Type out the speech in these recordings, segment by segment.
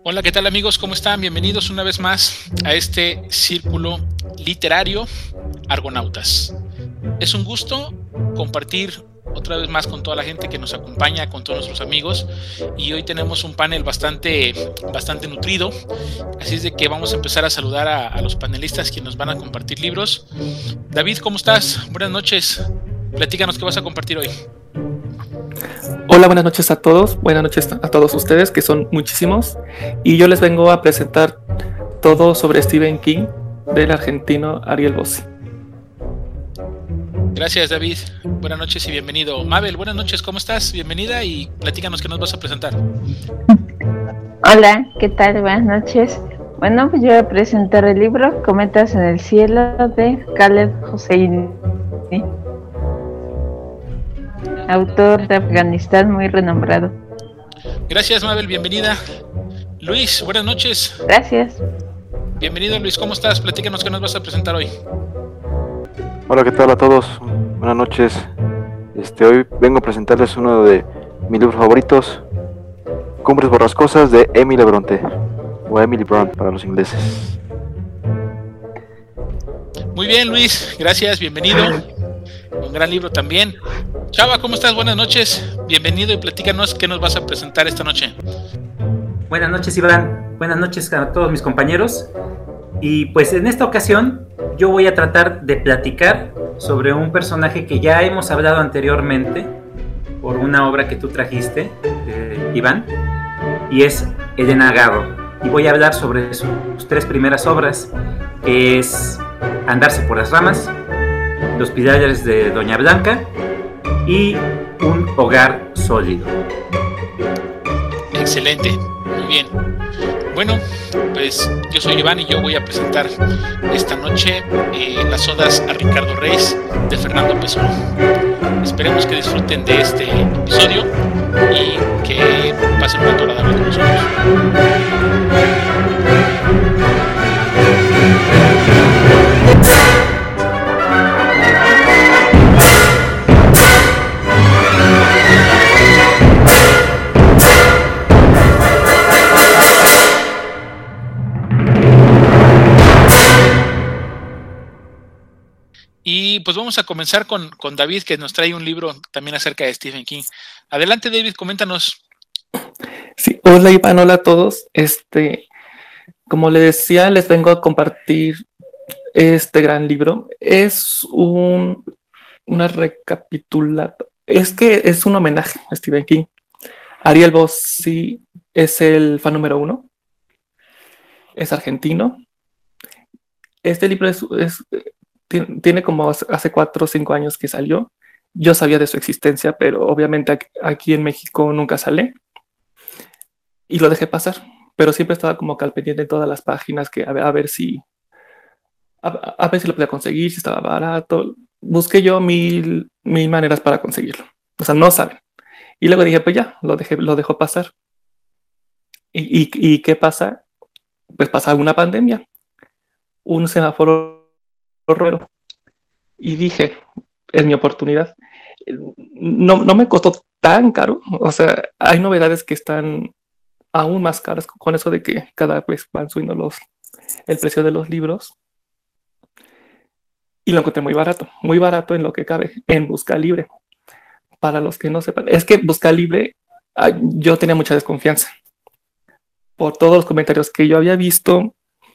Hola, ¿qué tal amigos? ¿Cómo están? Bienvenidos una vez más a este círculo literario Argonautas. Es un gusto compartir otra vez más con toda la gente que nos acompaña, con todos nuestros amigos, y hoy tenemos un panel bastante nutrido, así es de que vamos a empezar a saludar a los panelistas que nos van a compartir libros. David, ¿cómo estás? Buenas noches. Platícanos qué vas a compartir hoy. Hola, buenas noches a todos. Buenas noches a todos ustedes, que son muchísimos. Y yo les vengo a presentar todo sobre Stephen King del argentino Ariel Bossi. Gracias, David. Buenas noches y bienvenido. Mabel, buenas noches, ¿cómo estás? Bienvenida y platícanos qué nos vas a presentar. Hola, ¿qué tal? Buenas noches. Bueno, pues yo voy a presentar el libro Cometas en el cielo de Khaled Hosseini, autor de Afganistán muy renombrado. Gracias, Mabel, bienvenida. Luis, buenas noches. Gracias. Bienvenido, Luis, ¿cómo estás? Platícanos qué nos vas a presentar hoy. Hola, ¿qué tal a todos? Buenas noches. Hoy vengo a presentarles uno de mis libros favoritos, Cumbres Borrascosas de Emily Bronte, o Emily Bront para los ingleses. Muy bien, Luis, gracias, bienvenido. Un gran libro también. Chava, ¿cómo estás? Buenas noches. Bienvenido y platícanos qué nos vas a presentar esta noche. Buenas noches, Iván. Buenas noches a todos mis compañeros. Y pues en esta ocasión yo voy a tratar de platicar sobre un personaje que ya hemos hablado anteriormente por una obra que tú trajiste, Iván, y es Elena Garro. Y voy a hablar sobre sus tres primeras obras, que es Andarse por las ramas, Los pilares de Doña Blanca y Un hogar sólido. Excelente, muy bien. Bueno, pues yo soy Iván y yo voy a presentar esta noche Las odas a Ricardo Reis de Fernando Pessoa. Esperemos que disfruten de este episodio y que pasen un rato agradable con nosotros. Y pues vamos a comenzar con David, que nos trae un libro también acerca de Stephen King. Adelante, David, coméntanos. Sí, hola Iván, hola a todos. Como les decía, les vengo a compartir este gran libro. Es una recapitulación. Es que es un homenaje a Stephen King. Ariel Bossi es el fan número 1. Es argentino. Este libro tiene como hace 4 o 5 años que salió. Yo sabía de su existencia, pero obviamente aquí en México nunca sale. Y lo dejé pasar. Pero siempre estaba como que al pendiente de todas las páginas que a ver si lo podía conseguir, si estaba barato. Busqué yo mil maneras para conseguirlo. O sea, no saben. Y luego dije, pues ya, lo dejo pasar. ¿Y qué pasa? Pues pasa una pandemia, un semáforo rojo. Y dije, es mi oportunidad. No me costó tan caro. O sea, hay novedades que están aún más caras con eso de que cada vez van subiendo el precio de los libros. Y lo encontré muy barato en lo que cabe, en Busca Libre. Para los que no sepan, es que Busca Libre, yo tenía mucha desconfianza por todos los comentarios que yo había visto.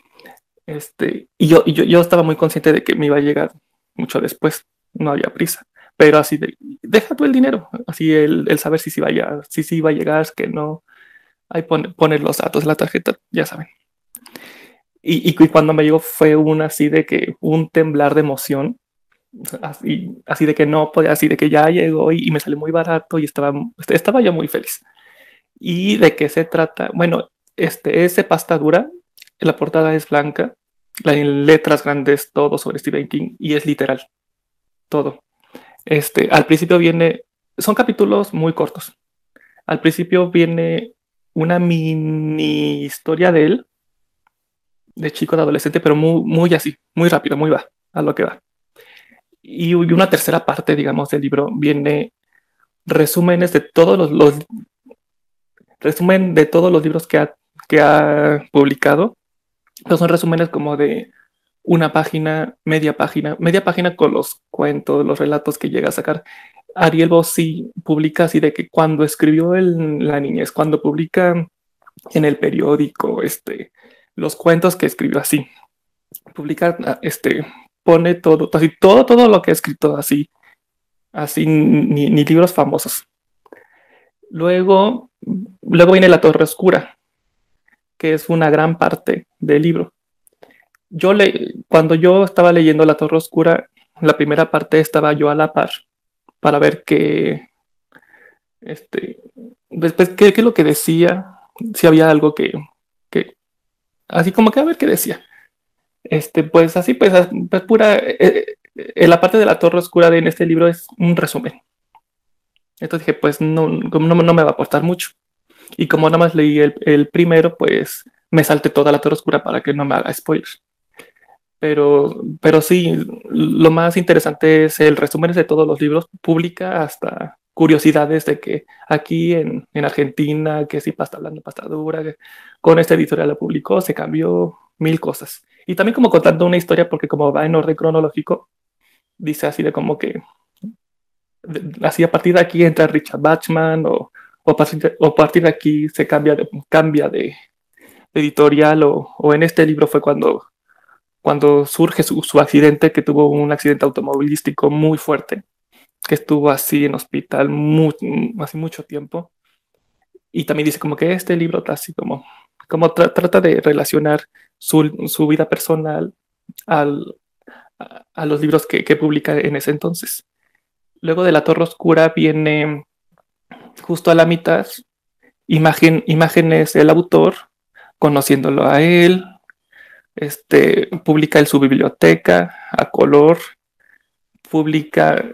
Y yo estaba muy consciente de que me iba a llegar mucho después, no había prisa. Pero así de, deja tú el dinero, así el saber si iba a llegar, que no. Ahí poner los datos de la tarjeta, ya saben. Y cuando me llegó fue así de que un temblar de emoción, así de que no podía, así de que ya llegó y me salió muy barato y estaba yo muy feliz. ¿Y de qué se trata? Bueno, es de pasta dura, la portada es blanca, en letras grandes, todo sobre Stephen King, y es literal, todo. Al principio son capítulos muy cortos. Al principio viene una mini historia de él, de chico, de adolescente, pero muy así, muy rápido, muy va, a lo que va. Y una tercera parte, digamos, del libro viene resúmenes de todos resumen de todos los libros que que ha publicado. Pero son resúmenes como de una página, media página con los cuentos, los relatos que llega a sacar. Ariel Bossi publica así de que cuando escribió la niñez, cuando publica en el periódico, los cuentos que escribió así, publica, pone todo, así, todo lo que ha escrito así, ni libros famosos. Luego viene La Torre Oscura, que es una gran parte del libro. Cuando yo estaba leyendo La Torre Oscura, la primera parte estaba yo a la par para ver después qué es lo que decía, si había algo que, así como que a ver qué decía. Pues así, pues pura, la parte de La Torre Oscura en este libro es un resumen. Entonces dije, pues no me va a aportar mucho. Y como nada más leí el primero, pues me salté toda La Torre Oscura para que no me haga spoilers. Pero sí, lo más interesante es el resumen de todos los libros. Publica hasta curiosidades de que aquí en Argentina, que sí pasta blanda, pasta dura, con esta editorial lo publicó, se cambió 1000 cosas. Y también como contando una historia, porque como va en orden cronológico, dice así de como que así a partir de aquí entra Richard Bachman o a partir de aquí se cambia de editorial o en este libro fue cuando surge su accidente, que tuvo un accidente automovilístico muy fuerte, que estuvo así en hospital así mucho tiempo. Y también dice como que este libro así como trata de relacionar su vida personal a los libros que publica en ese entonces. Luego de La Torre Oscura viene justo a la mitad imágenes del autor, conociéndolo a él. Publica en su biblioteca a color, publica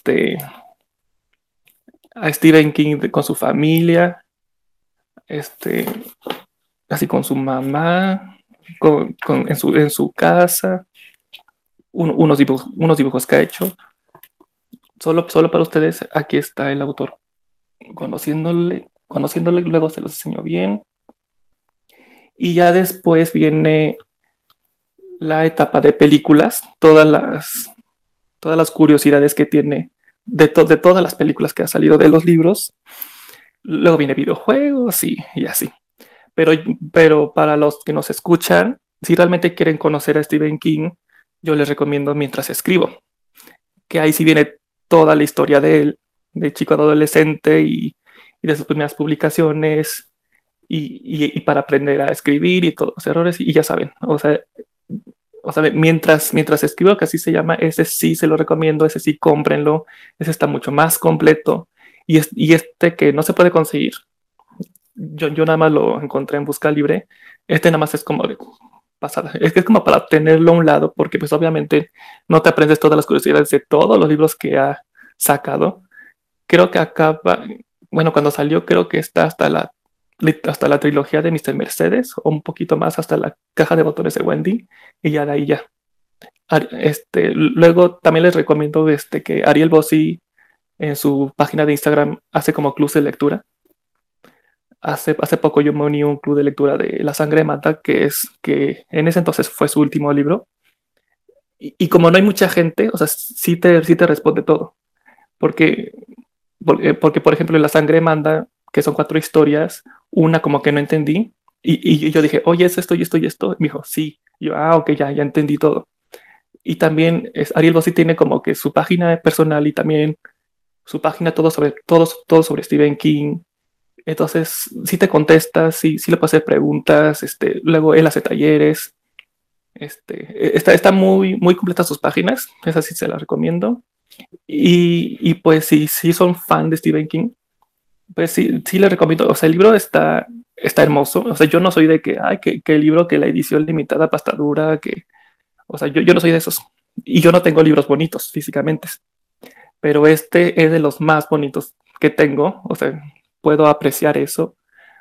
a Stephen King con su familia, así con su mamá, en su casa, unos dibujos que ha hecho. Solo para ustedes, aquí está el autor. Conociéndole, luego se los enseño bien. Y ya después viene la etapa de películas, todas las curiosidades que tiene de todas las películas que ha salido de los libros. Luego viene videojuegos y así. Pero para los que nos escuchan, si realmente quieren conocer a Stephen King, yo les recomiendo Mientras escribo, que ahí sí viene toda la historia de él, de chico adolescente y de sus primeras publicaciones y para aprender a escribir y todos los errores y ya saben, o sea, mientras escribo, que así se llama, ese sí se lo recomiendo, ese sí cómprenlo, ese está mucho más completo y que no se puede conseguir. Yo nada más lo encontré en Busca Libre. Nada más es como de pasada. Es que es como para tenerlo a un lado, porque pues obviamente no te aprendes todas las curiosidades de todos los libros que ha sacado. Creo que acaba, bueno, cuando salió creo que está hasta la trilogía de Mr. Mercedes, o un poquito más hasta la caja de botones de Wendy, y ya de ahí ya. Luego también les recomiendo que Ariel Bossi en su página de Instagram hace como clubs de lectura. Hace poco yo me uní a un club de lectura de La Sangre Mata, que en ese entonces fue su último libro. Y como no hay mucha gente, o sea, sí te responde todo. Porque, por ejemplo, en La Sangre Manda, que son 4 historias, una como que no entendí. Y yo dije, oye, es esto y esto y esto. Y me dijo, sí. Y yo, ok, ya entendí todo. Y también Ariel Bossi tiene como que su página personal y también su página todo sobre Stephen King. Entonces, sí te contesta, sí le puedes hacer preguntas, luego él hace talleres. Está muy, muy completa sus páginas, esa sí se la recomiendo. Y pues si son fan de Stephen King, pues sí le recomiendo. O sea, el libro está hermoso. O sea, yo no soy de que el libro, que la edición limitada, pasta dura, o sea, yo no soy de esos. Y yo no tengo libros bonitos físicamente. Pero es de los más bonitos que tengo. O sea, puedo apreciar eso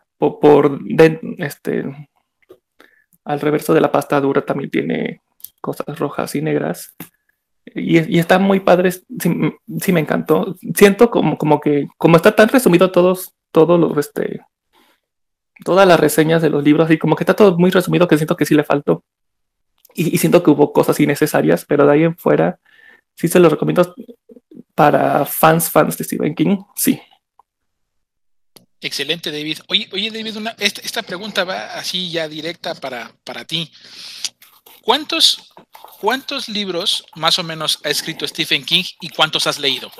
al reverso de la pasta dura también tiene cosas rojas y negras y está muy padre. Sí me encantó. Siento como está tan resumido todos los todas las reseñas de los libros y como que está todo muy resumido que siento que sí le faltó. Y siento que hubo cosas innecesarias, pero de ahí en fuera sí se los recomiendo para fans de Stephen King, sí. Excelente, David. Oye David, esta pregunta va así ya directa para ti. ¿Cuántos libros más o menos ha escrito Stephen King y cuántos has leído?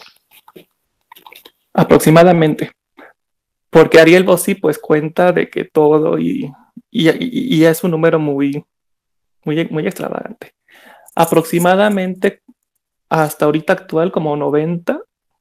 Aproximadamente. Porque Ariel Bossi pues cuenta de que todo y es un número muy extravagante. Aproximadamente hasta ahorita actual como 90.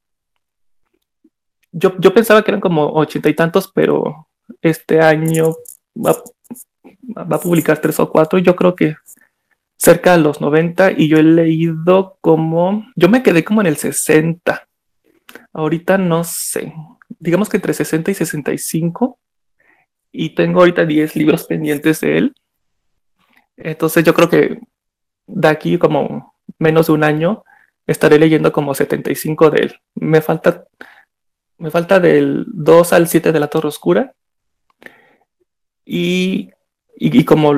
Yo pensaba que eran como 80 y tantos, pero este año va a publicar 3 o 4. Yo creo que cerca de los 90 y yo he leído yo me quedé como en el 60. Ahorita no sé, digamos que entre 60 y 65 y tengo ahorita 10 libros pendientes de él. Entonces yo creo que de aquí como menos de un año estaré leyendo como 75 de él. Me falta del 2 al 7 de la Torre Oscura y como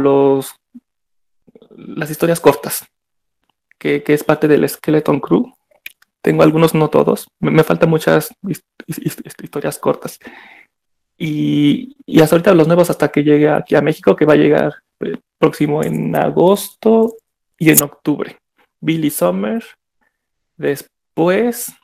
las historias cortas, que es parte del Skeleton Crew. Tengo algunos, no todos. Me faltan muchas historias cortas. Y hasta ahorita los nuevos hasta que llegue aquí a México, que va a llegar próximo en agosto y en octubre. Billy Summer. Después.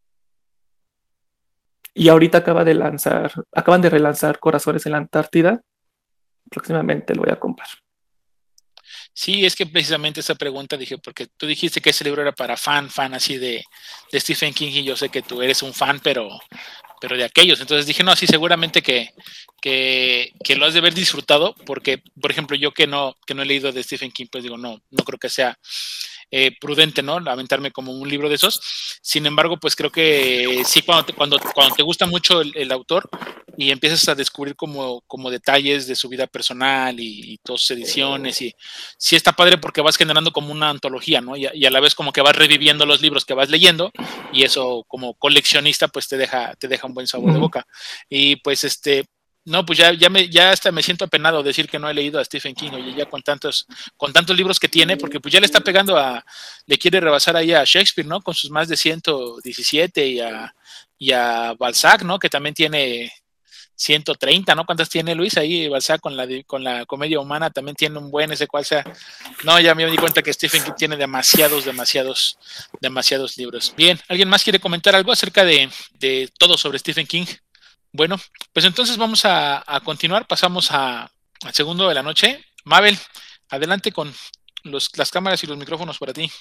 Y ahorita acaban de relanzar Corazones en la Antártida. Próximamente lo voy a comprar. Sí, es que precisamente esa pregunta dije, porque tú dijiste que ese libro era para fan así de Stephen King, y yo sé que tú eres un fan, pero de aquellos. Entonces dije, no, sí, seguramente que lo has de haber disfrutado, porque, por ejemplo, yo que no he leído de Stephen King, pues digo, no creo que sea prudente, ¿no? Aventarme como un libro de esos. Sin embargo, pues creo que sí, cuando te gusta mucho el autor y empiezas a descubrir como detalles de su vida personal y todas sus ediciones, y sí está padre porque vas generando como una antología, ¿no? Y a la vez como que vas reviviendo los libros que vas leyendo, y eso como coleccionista pues te deja un buen sabor de boca. Y pues no, pues ya hasta me siento apenado decir que no he leído a Stephen King, oye, ya con tantos libros que tiene, porque pues ya le está pegando le quiere rebasar ahí a Shakespeare, ¿no? Con sus más de 117 y a Balzac, ¿no? Que también tiene 130, ¿no? ¿Cuántas tiene Luis ahí? Balzac con la comedia humana también tiene un buen, ese cual sea. No, ya me di cuenta que Stephen King tiene demasiados libros. Bien, ¿alguien más quiere comentar algo acerca de todo sobre Stephen King? Bueno, pues entonces vamos a continuar, pasamos al segundo de la noche. Mabel, adelante con las cámaras y los micrófonos para ti.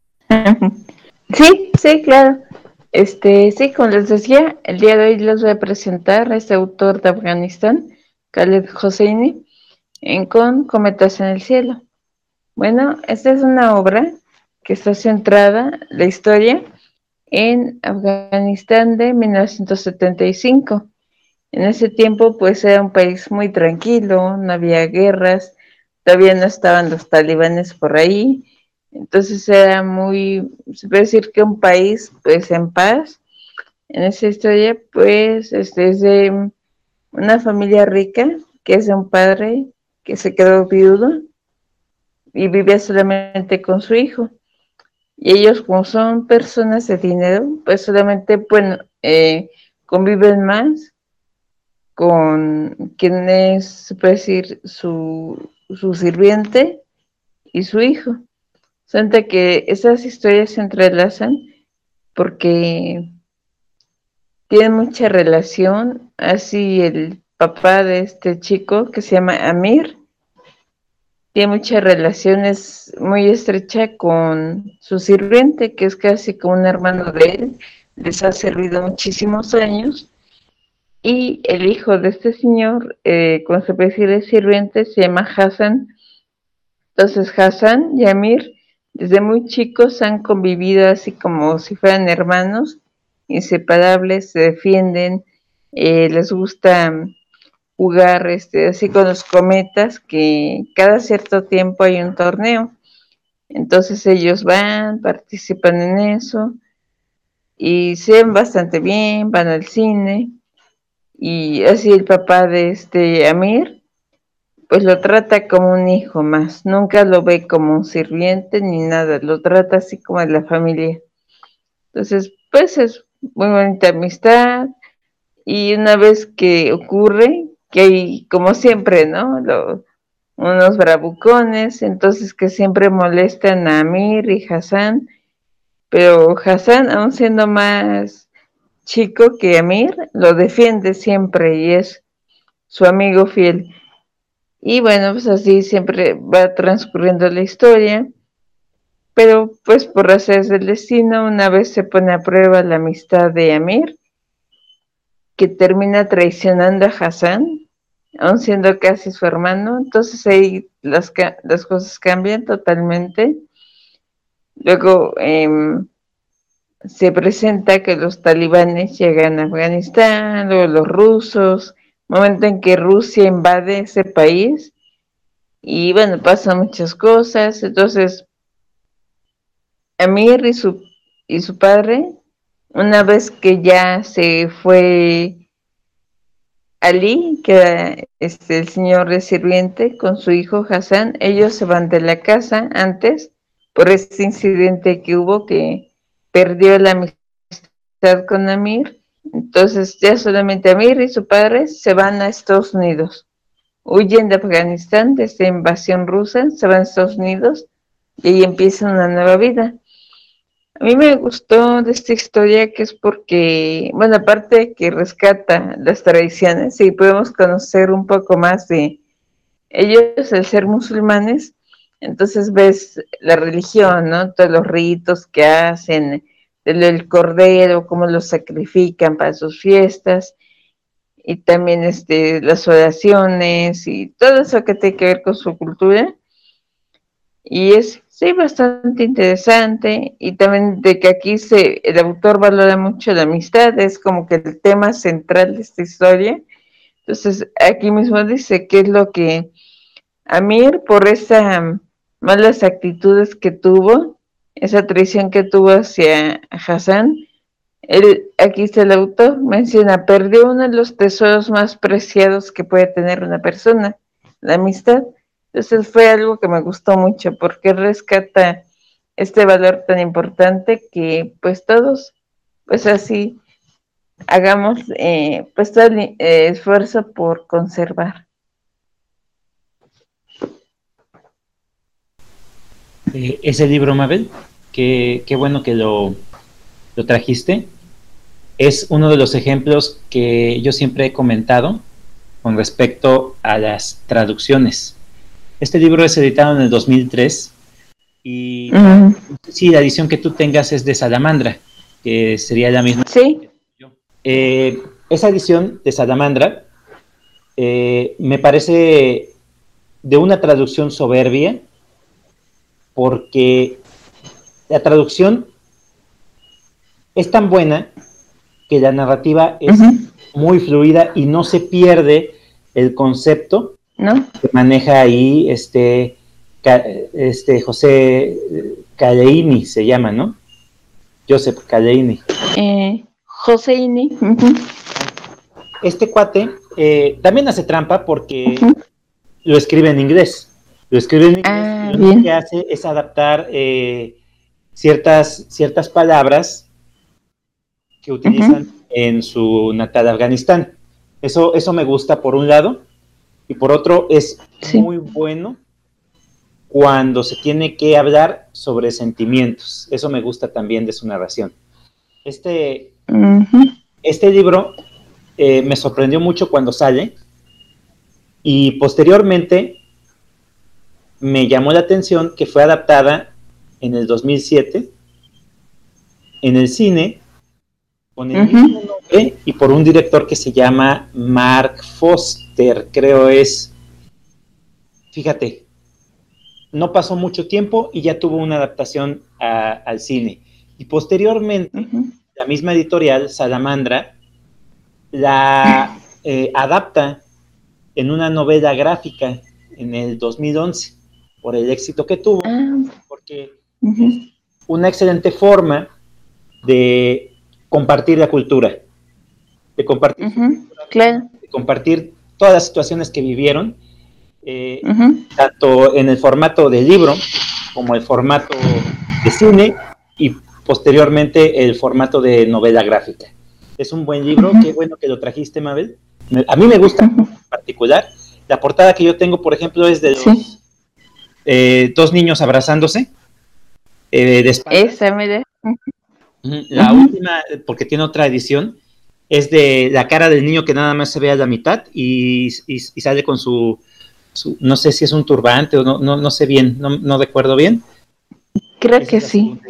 Sí, claro. Sí, como les decía, el día de hoy les voy a presentar a este autor de Afganistán, Khaled Hosseini, con Cometas en el cielo. Bueno, esta es una obra que está centrada, la historia, en Afganistán de 1975. En ese tiempo, pues era un país muy tranquilo, no había guerras, todavía no estaban los talibanes por ahí, entonces era se puede decir que un país, pues en paz. En esa historia, pues, es de una familia rica, que es de un padre que se quedó viudo y vivía solamente con su hijo. Y ellos, como son personas de dinero, pues solamente, bueno, conviven más con quien es, se puede decir, su sirviente y su hijo. Siento que esas historias se entrelazan porque tienen mucha relación. Así el papá de este chico, que se llama Amir, tiene muchas relaciones muy estrecha con su sirviente, que es casi como un hermano de él, les ha servido muchísimos años. Y el hijo de este señor, como se puede decir, es sirviente, se llama Hassan. Entonces Hassan y Amir, desde muy chicos, han convivido así como si fueran hermanos, inseparables, se defienden, les gusta jugar así con los cometas, que cada cierto tiempo hay un torneo. Entonces ellos van, participan en eso y se ven bastante bien, van al cine. y así el papá de Amir, pues lo trata como un hijo más, nunca lo ve como un sirviente ni nada, lo trata así como de la familia. Entonces, pues es muy bonita amistad, y una vez que ocurre, que hay, como siempre, ¿no? Unos bravucones, entonces que siempre molestan a Amir y Hassan, pero Hassan, aún siendo más chico que Amir, lo defiende siempre y es su amigo fiel. Y bueno, pues así siempre va transcurriendo la historia, pero pues por razones del destino, una vez se pone a prueba la amistad de Amir, que termina traicionando a Hassan, aun siendo casi su hermano, entonces ahí las cosas cambian totalmente. Luego se presenta que los talibanes llegan a Afganistán, luego los rusos, momento en que Rusia invade ese país, y bueno, pasan muchas cosas. Entonces Amir y su padre, una vez que ya se fue Ali, que era el señor de sirviente, con su hijo Hassan, ellos se van de la casa antes por este incidente que hubo, que perdió la amistad con Amir. Entonces ya solamente Amir y su padre se van a Estados Unidos. Huyen de Afganistán de esta invasión rusa, se van a Estados Unidos y ahí empiezan una nueva vida. A mí me gustó de esta historia que es porque, bueno, aparte de que rescata las tradiciones y podemos conocer un poco más de ellos al ser musulmanes, entonces ves la religión, ¿no? Todos los ritos que hacen, el cordero, cómo lo sacrifican para sus fiestas, y también las oraciones y todo eso que tiene que ver con su cultura. Y es, sí, bastante interesante, y también de que aquí el autor valora mucho la amistad, es como que el tema central de esta historia. Entonces aquí mismo dice que es lo que Amir, por esas malas actitudes que tuvo, esa traición que tuvo hacia Hassan, aquí está el autor, menciona, perdió uno de los tesoros más preciados que puede tener una persona, la amistad. Entonces fue algo que me gustó mucho, porque rescata este valor tan importante que pues todos, pues así, hagamos pues todo el esfuerzo por conservar. Ese libro, Mabel, qué bueno que lo trajiste. Es uno de los ejemplos que yo siempre he comentado con respecto a las traducciones. Este libro es editado en el 2003 y sí, la edición que tú tengas es de Salamandra, que sería la misma. Sí. Esa edición de Salamandra me parece de una traducción soberbia, porque la traducción es tan buena que la narrativa es muy fluida y no se pierde el concepto, ¿no?, que maneja ahí José Caleini, se llama, ¿no? Joseph Caleini. Joseini. Este cuate también hace trampa porque lo escribe en inglés. Lo escribe en inglés y lo único que hace es adaptar ciertas palabras que utilizan en su natal Afganistán. Eso me gusta por un lado, y por otro es muy bueno cuando se tiene que hablar sobre sentimientos. Eso me gusta también de su narración. Este libro me sorprendió mucho cuando sale, y posteriormente me llamó la atención que fue adaptada en el 2007 en el cine con el mismo nombre y por un director que se llama Mark Foster, creo es. Fíjate, no pasó mucho tiempo y ya tuvo una adaptación al cine. Y posteriormente, la misma editorial, Salamandra, la adapta en una novela gráfica en el 2011, por el éxito que tuvo, porque es una excelente forma de compartir la cultura, Claro. compartir todas las situaciones que vivieron, Tanto en el formato de libro como el formato de cine y posteriormente el formato de novela gráfica. Es un buen libro, qué bueno que lo trajiste, Mabel. A mí me gusta en particular. La portada que yo tengo, por ejemplo, es de los dos niños abrazándose de espaldas. Esa, mira. La última, porque tiene otra edición, es de la cara del niño que nada más se ve a la mitad y sale con su, no sé si es un turbante o no sé bien, no recuerdo bien. Creo que sí.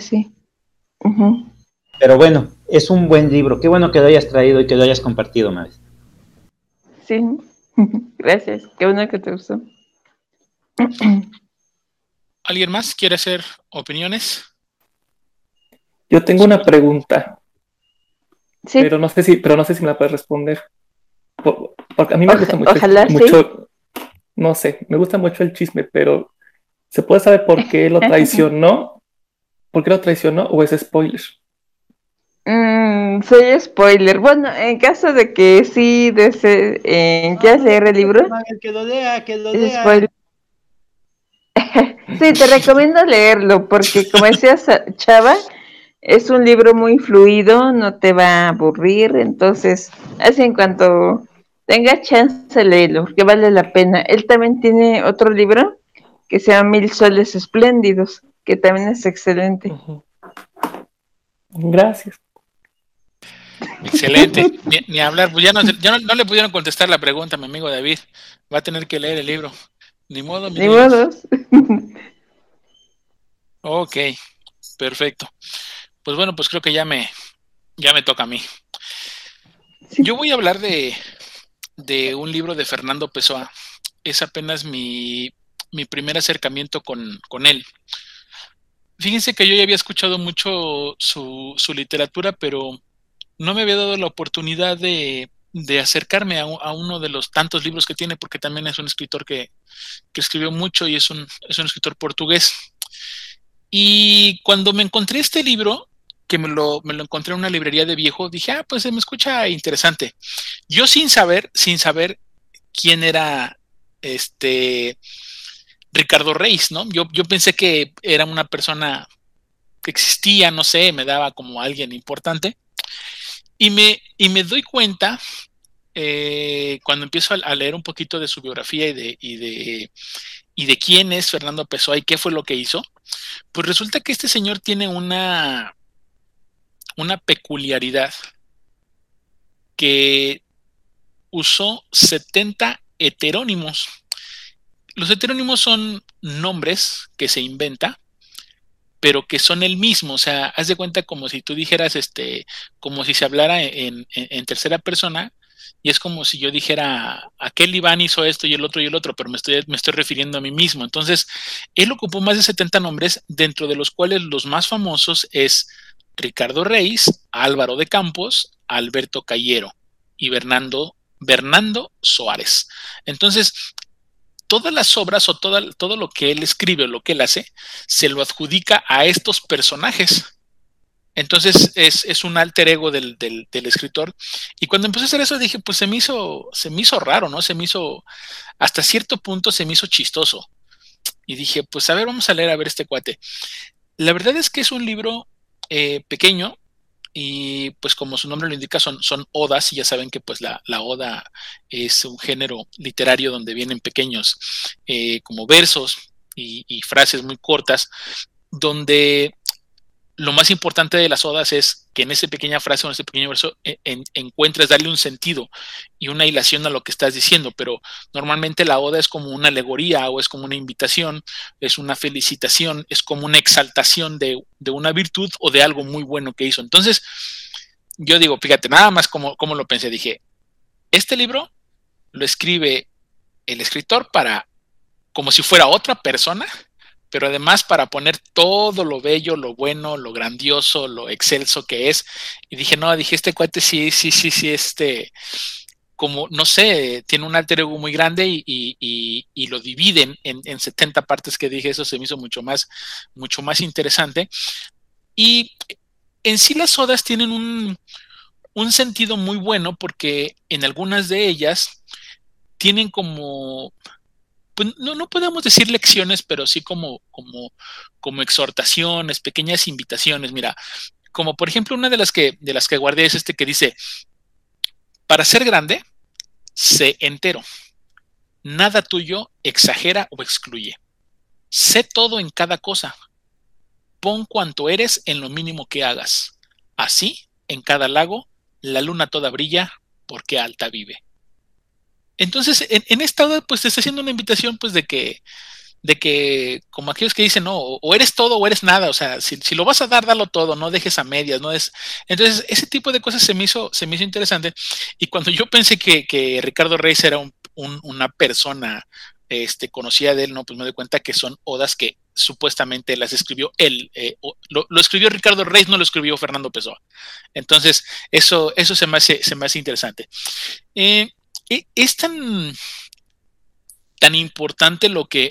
Pero bueno, es un buen libro. Qué bueno que lo hayas traído y que lo hayas compartido, Maris. Sí, gracias. Qué bueno que te gustó. ¿Alguien más quiere hacer opiniones? Yo tengo una pregunta, Sí. pero no sé si me la puedes responder. Porque a mí me gusta mucho, Ojalá mucho, no sé, me gusta mucho el chisme, pero ¿se puede saber por qué lo traicionó? ¿Por qué lo traicionó o es spoiler? Soy spoiler. Bueno, en caso de que sí quieras leer el libro, Que lo lea. spoiler. Sí, te recomiendo leerlo porque, como decías, Chava, es un libro muy fluido, no te va a aburrir, entonces, así en cuanto tenga chance, léelo, que vale la pena. Él también tiene otro libro que se llama Mil Soles Espléndidos, que también es excelente. Gracias. Excelente. Ni hablar, pues ya no le pudieron contestar la pregunta, mi amigo David. Va a tener que leer el libro. Ni modo, mi Ni David. modos. Ok, perfecto. Pues bueno, pues creo que ya me toca a mí. Sí. Yo voy a hablar de un libro de Fernando Pessoa. Es apenas mi primer acercamiento con él. Fíjense que yo ya había escuchado mucho su literatura, pero no me había dado la oportunidad de acercarme a uno de los tantos libros que tiene, porque también es un escritor que escribió mucho y es un escritor portugués. Y cuando me encontré este libro, que me lo encontré en una librería de viejo, dije, pues se me escucha interesante. Yo sin saber quién era Ricardo Reis, ¿no? Yo pensé que era una persona que existía, no sé, me daba como alguien importante. Y me doy cuenta, cuando empiezo a leer un poquito de su biografía y de quién es Fernando Pessoa y qué fue lo que hizo, pues resulta que este señor tiene una peculiaridad, que usó 70 heterónimos. Los heterónimos son nombres que se inventa, pero que son el mismo. O sea, haz de cuenta como si tú dijeras, como si se hablara en tercera persona, y es como si yo dijera, aquel Iván hizo esto y el otro, pero me estoy refiriendo a mí mismo. Entonces, él ocupó más de 70 nombres, dentro de los cuales los más famosos es Ricardo Reis, Álvaro de Campos, Alberto Cayero y Bernardo Soares. Entonces, todas las obras o todo lo que él escribe o lo que él hace, se lo adjudica a estos personajes. Entonces es un alter ego del escritor. Y cuando empecé a hacer eso dije, pues se me hizo raro, ¿no? Hasta cierto punto se me hizo chistoso. Y dije, pues a ver, vamos a leer a ver este cuate. La verdad es que es un libro pequeño, y pues como su nombre lo indica, son odas, y ya saben que pues la oda es un género literario donde vienen pequeños como versos y frases muy cortas, donde lo más importante de las odas es que en esa pequeña frase o en ese pequeño verso encuentres darle un sentido y una hilación a lo que estás diciendo, pero normalmente la oda es como una alegoría o es como una invitación, es una felicitación, es como una exaltación de una virtud o de algo muy bueno que hizo. Entonces, yo digo, fíjate, nada más como lo pensé, dije, este libro lo escribe el escritor como si fuera otra persona, pero además para poner todo lo bello, lo bueno, lo grandioso, lo excelso que es. Y dije, este cuate sí, como, no sé, tiene un alter ego muy grande y lo dividen en 70 partes que dije. Eso se me hizo mucho más interesante. Y en sí las odas tienen un sentido muy bueno porque en algunas de ellas tienen como, pues no podemos decir lecciones, pero sí como exhortaciones, pequeñas invitaciones. Mira, como por ejemplo una de las que guardé es que dice, para ser grande, sé entero. Nada tuyo exagera o excluye. Sé todo en cada cosa. Pon cuanto eres en lo mínimo que hagas. Así, en cada lago, la luna toda brilla porque alta vive. Entonces, en esta hora, pues te está haciendo una invitación, pues de que como aquellos que dicen, no, o eres todo o eres nada, o sea, si lo vas a dar, dalo todo, no dejes a medias, no es. Entonces, ese tipo de cosas se me hizo interesante. Y cuando yo pensé que Ricardo Reis era una persona conocida de él, no, pues me doy cuenta que son odas que supuestamente las escribió él, lo escribió Ricardo Reis, no lo escribió Fernando Pessoa. Entonces, eso se me hace interesante. Es tan importante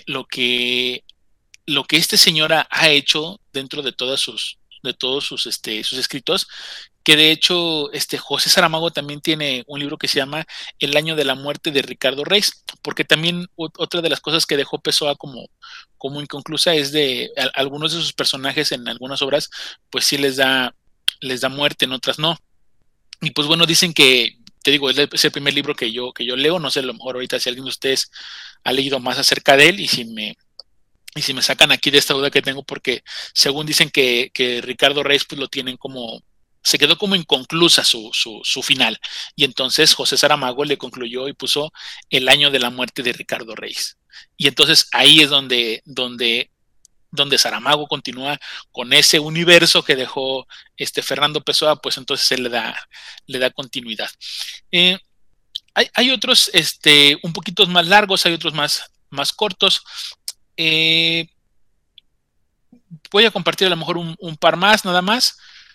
lo que este señor ha hecho dentro de todos sus escritos, que de hecho José Saramago también tiene un libro que se llama El año de la muerte de Ricardo Reis, porque también otra de las cosas que dejó Pessoa como inconclusa es de algunos de sus personajes en algunas obras, pues sí les da muerte, en otras no. Y pues bueno, dicen que, te digo, es el primer libro que yo leo, no sé, a lo mejor ahorita si alguien de ustedes ha leído más acerca de él y si me sacan aquí de esta duda que tengo, porque según dicen que Ricardo Reis pues lo tienen como, se quedó como inconclusa su final, y entonces José Saramago le concluyó y puso El año de la muerte de Ricardo Reis. Y entonces ahí es donde Saramago continúa con ese universo que dejó Fernando Pessoa, pues entonces él le da continuidad. Hay otros un poquito más largos, hay otros más cortos. Voy a compartir a lo mejor un par más, nada más.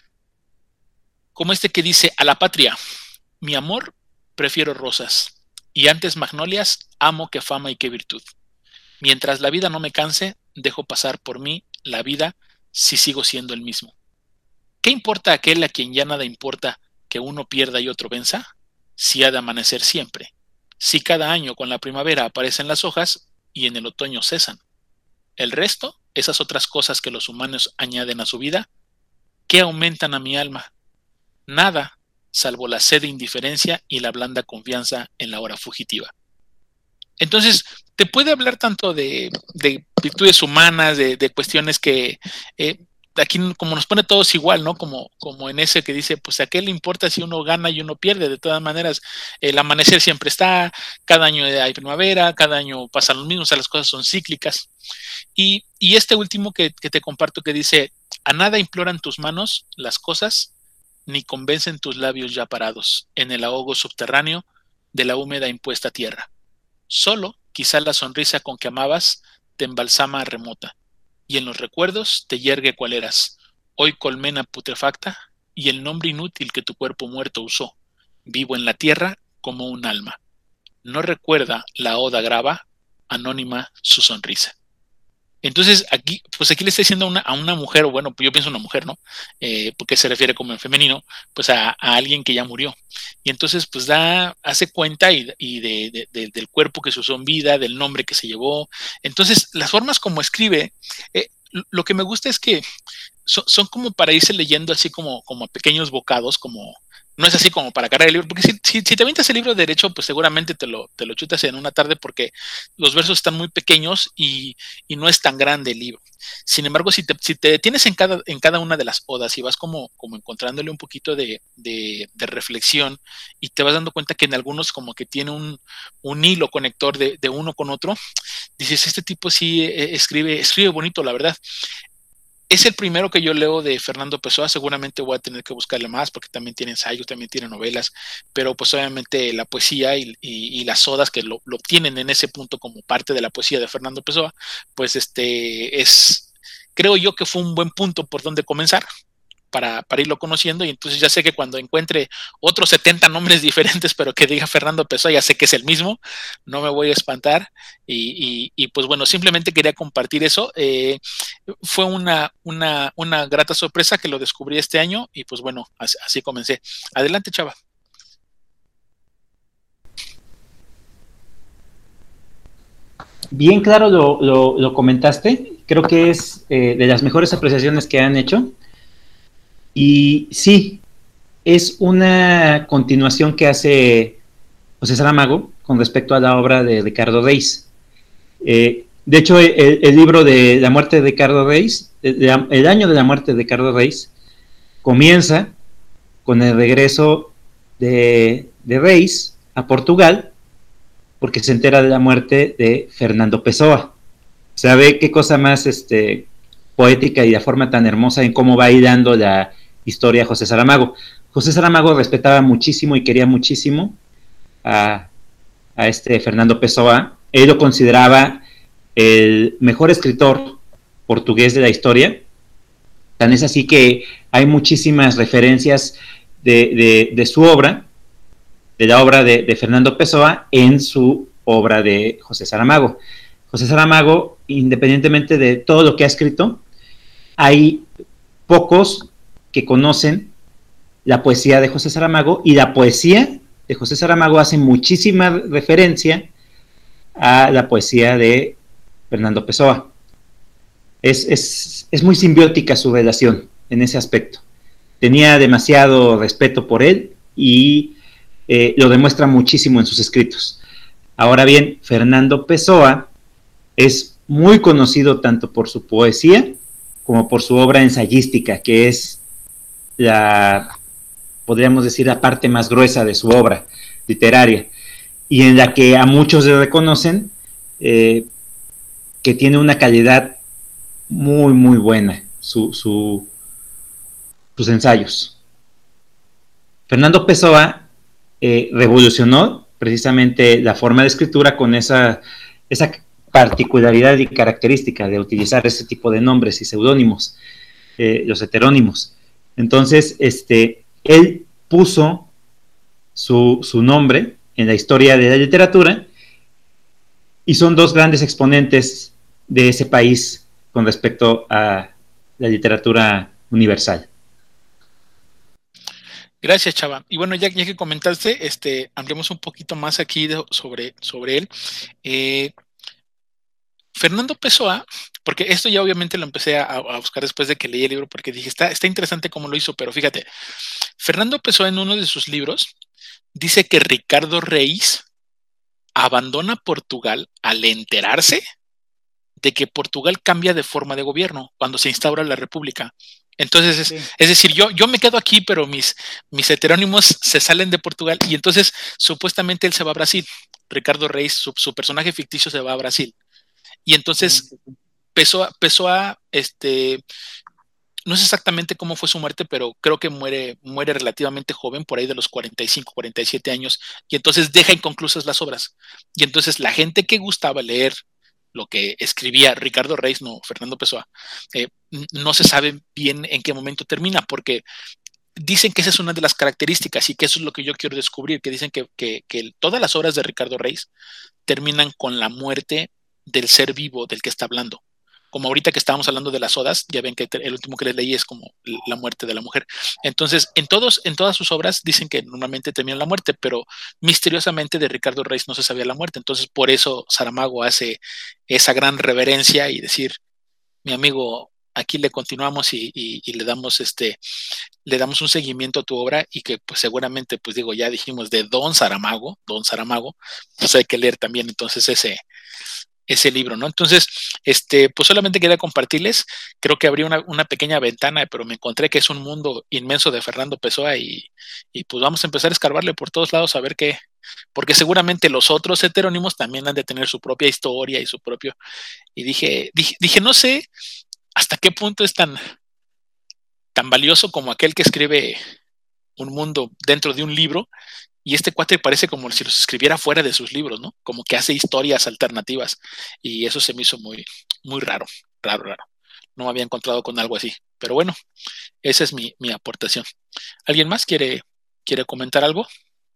Como que dice, a la patria, mi amor, prefiero rosas, y antes magnolias, amo que fama y que virtud. Mientras la vida no me canse, dejo pasar por mí la vida si sigo siendo el mismo. ¿Qué importa aquel a quien ya nada importa que uno pierda y otro venza? Si ha de amanecer siempre. Si cada año con la primavera aparecen las hojas y en el otoño cesan. El resto, esas otras cosas que los humanos añaden a su vida, ¿qué aumentan a mi alma? Nada, salvo la sed de indiferencia y la blanda confianza en la hora fugitiva. Entonces, te puede hablar tanto de virtudes humanas, de cuestiones que aquí como nos pone todos igual, ¿no? Como en ese que dice, pues a qué le importa si uno gana y uno pierde. De todas maneras, el amanecer siempre está, cada año hay primavera, cada año pasan los mismos, o sea, las cosas son cíclicas. Y este último que te comparto que dice, a nada imploran tus manos las cosas, ni convencen tus labios ya parados en el ahogo subterráneo de la húmeda impuesta tierra. Solo, quizá la sonrisa con que amabas te embalsama remota, y en los recuerdos te yergue cual eras, hoy colmena putrefacta, y el nombre inútil que tu cuerpo muerto usó, vivo en la tierra como un alma. No recuerda la oda grava, anónima su sonrisa. Entonces, aquí le está diciendo a una mujer, o bueno, pues yo pienso una mujer, ¿no? Porque se refiere como en femenino, pues a alguien que ya murió. Y entonces, pues hace cuenta y del cuerpo que se usó en vida, del nombre que se llevó. Entonces, las formas como escribe, lo que me gusta es que son como para irse leyendo así como a pequeños bocados, como no es así como para cargar el libro, porque si te avientas el libro de derecho, pues seguramente te lo chutas en una tarde porque los versos están muy pequeños y no es tan grande el libro. Sin embargo, si te detienes en cada una de las odas y vas como encontrándole un poquito de reflexión y te vas dando cuenta que en algunos como que tiene un hilo conector de uno con otro, dices, este tipo sí escribe bonito, la verdad. Es el primero que yo leo de Fernando Pessoa, seguramente voy a tener que buscarle más porque también tiene ensayos, también tiene novelas, pero pues obviamente la poesía y las odas que lo obtienen en ese punto como parte de la poesía de Fernando Pessoa, pues creo yo que fue un buen punto por donde comenzar para irlo conociendo, y entonces ya sé que cuando encuentre otros 70 nombres diferentes, pero que diga Fernando Pessoa, ya sé que es el mismo, no me voy a espantar, y pues bueno, simplemente quería compartir eso. Fue una grata sorpresa que lo descubrí este año, y pues bueno, así comencé. Adelante, Chava. Bien claro lo comentaste, creo que es de las mejores apreciaciones que han hecho, y sí, es una continuación que hace José Saramago con respecto a la obra de Ricardo Reis. De hecho, el libro de la muerte de Ricardo Reis, el año de la muerte de Ricardo Reis, comienza con el regreso de Reis a Portugal, porque se entera de la muerte de Fernando Pessoa. ¿Sabe qué cosa más poética y la forma tan hermosa en cómo va hilando la historia a José Saramago? José Saramago respetaba muchísimo y quería muchísimo a Fernando Pessoa. Él lo consideraba el mejor escritor portugués de la historia. Tan es así que hay muchísimas referencias de su obra, de la obra de Fernando Pessoa, en su obra de José Saramago. José Saramago, independientemente de todo lo que ha escrito, hay pocos que conocen la poesía de José Saramago, y la poesía de José Saramago hace muchísima referencia a la poesía de Fernando Pessoa. Es muy simbiótica su relación en ese aspecto. Tenía demasiado respeto por él y lo demuestra muchísimo en sus escritos. Ahora bien, Fernando Pessoa es muy conocido tanto por su poesía como por su obra ensayística, que es podríamos decir, la parte más gruesa de su obra literaria, y en la que a muchos le reconocen que tiene una calidad muy, muy buena sus ensayos. Fernando Pessoa revolucionó precisamente la forma de escritura con esa particularidad y característica de utilizar ese tipo de nombres y seudónimos, los heterónimos. Entonces, él puso su nombre en la historia de la literatura, y son dos grandes exponentes de ese país con respecto a la literatura universal. Gracias, Chava. Y bueno, ya que comentaste, ampliemos un poquito más aquí sobre él. Fernando Pessoa, porque esto ya obviamente lo empecé a buscar después de que leí el libro, porque dije, está interesante cómo lo hizo, pero fíjate, Fernando Pessoa en uno de sus libros dice que Ricardo Reis abandona Portugal al enterarse de que Portugal cambia de forma de gobierno cuando se instaura la República. Entonces, sí. Es decir, yo me quedo aquí, pero mis heterónimos se salen de Portugal, y entonces supuestamente él se va a Brasil. Ricardo Reis, su personaje ficticio, se va a Brasil. Y entonces Pessoa, no sé exactamente cómo fue su muerte, pero creo que muere relativamente joven, por ahí de los 45, 47 años, y entonces deja inconclusas las obras. Y entonces la gente que gustaba leer lo que escribía Ricardo Reis, no Fernando Pessoa, no se sabe bien en qué momento termina, porque dicen que esa es una de las características, y que eso es lo que yo quiero descubrir, que dicen que todas las obras de Ricardo Reis terminan con la muerte del ser vivo del que está hablando. Como ahorita que estábamos hablando de las odas, ya ven que el último que les leí es como la muerte de la mujer. Entonces, en todas sus obras dicen que normalmente termina la muerte, pero misteriosamente de Ricardo Reis no se sabía la muerte. Entonces, por eso Saramago hace esa gran reverencia y decir, mi amigo, aquí le continuamos y le damos un seguimiento a tu obra, y que pues seguramente, pues digo, ya dijimos de Don Saramago, pues hay que leer también entonces ese libro, ¿no? Entonces, pues solamente quería compartirles, creo que abrí una pequeña ventana, pero me encontré que es un mundo inmenso de Fernando Pessoa, y pues vamos a empezar a escarbarle por todos lados a ver qué, porque seguramente los otros heterónimos también han de tener su propia historia y su propio, y dije, no sé hasta qué punto es tan valioso como aquel que escribe un mundo dentro de un libro, y este cuate parece como si los escribiera fuera de sus libros, ¿no? Como que hace historias alternativas, y eso se me hizo muy, muy raro. No me había encontrado con algo así. Pero bueno, esa es mi aportación. ¿Alguien más quiere comentar algo?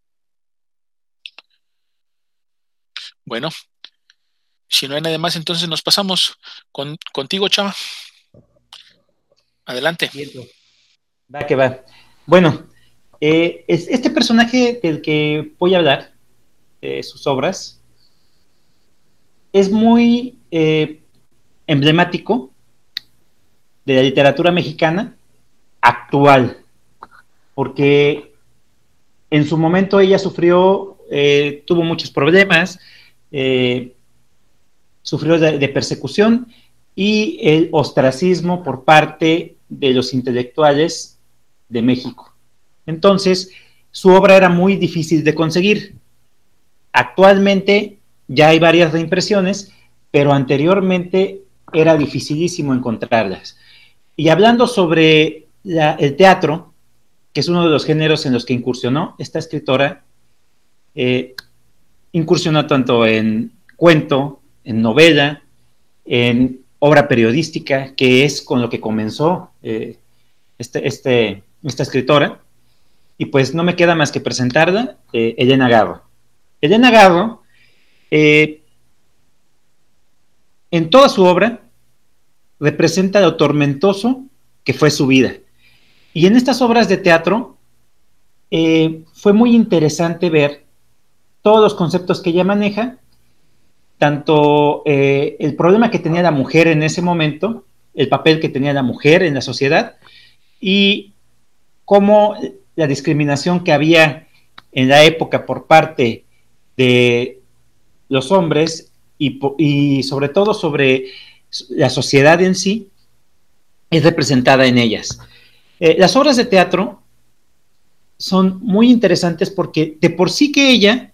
Bueno, si no hay nadie más, entonces nos pasamos contigo, Chava. Adelante. Va que va. Bueno, este personaje del que voy a hablar, sus obras, es muy emblemático de la literatura mexicana actual, porque en su momento ella sufrió, tuvo muchos problemas, sufrió de persecución y el ostracismo por parte de los intelectuales de México. Entonces, su obra era muy difícil de conseguir. Actualmente ya hay varias reimpresiones, pero anteriormente era dificilísimo encontrarlas. Y hablando sobre el teatro, que es uno de los géneros en los que incursionó esta escritora, incursionó tanto en cuento, en novela, en obra periodística, que es con lo que comenzó esta escritora, y pues no me queda más que presentarla, Elena Garro. Elena Garro, en toda su obra, representa lo tormentoso que fue su vida. Y en estas obras de teatro, fue muy interesante ver todos los conceptos que ella maneja, tanto el problema que tenía la mujer en ese momento, el papel que tenía la mujer en la sociedad, y cómo la discriminación que había en la época por parte de los hombres y sobre todo sobre la sociedad en sí, es representada en ellas. Las obras de teatro son muy interesantes porque de por sí que ella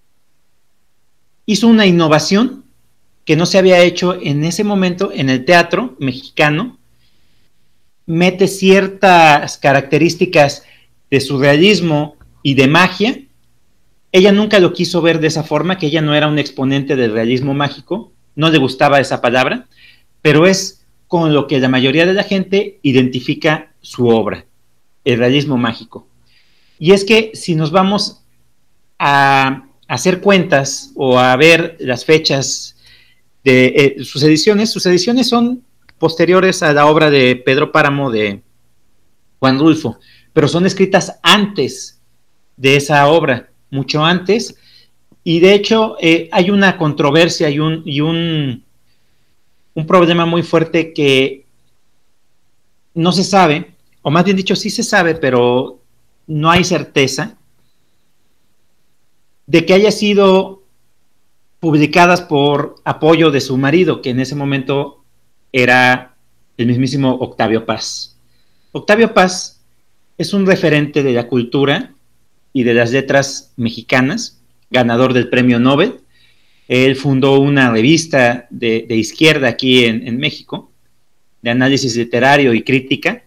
hizo una innovación que no se había hecho en ese momento en el teatro mexicano, mete ciertas características de surrealismo y de magia. Ella nunca lo quiso ver de esa forma, que ella no era un exponente del realismo mágico, no le gustaba esa palabra, pero es con lo que la mayoría de la gente identifica su obra, el realismo mágico. Y es que si nos vamos a hacer cuentas o a ver las fechas de sus ediciones son posteriores a la obra de Pedro Páramo de Juan Rulfo, pero son escritas antes de esa obra, mucho antes, y de hecho hay una controversia y un problema muy fuerte que no se sabe, o más bien dicho sí se sabe, pero no hay certeza de que haya sido publicadas por apoyo de su marido, que en ese momento era el mismísimo Octavio Paz. Octavio Paz es un referente de la cultura y de las letras mexicanas, ganador del Premio Nobel. Él fundó una revista de izquierda aquí en México, de análisis literario y crítica,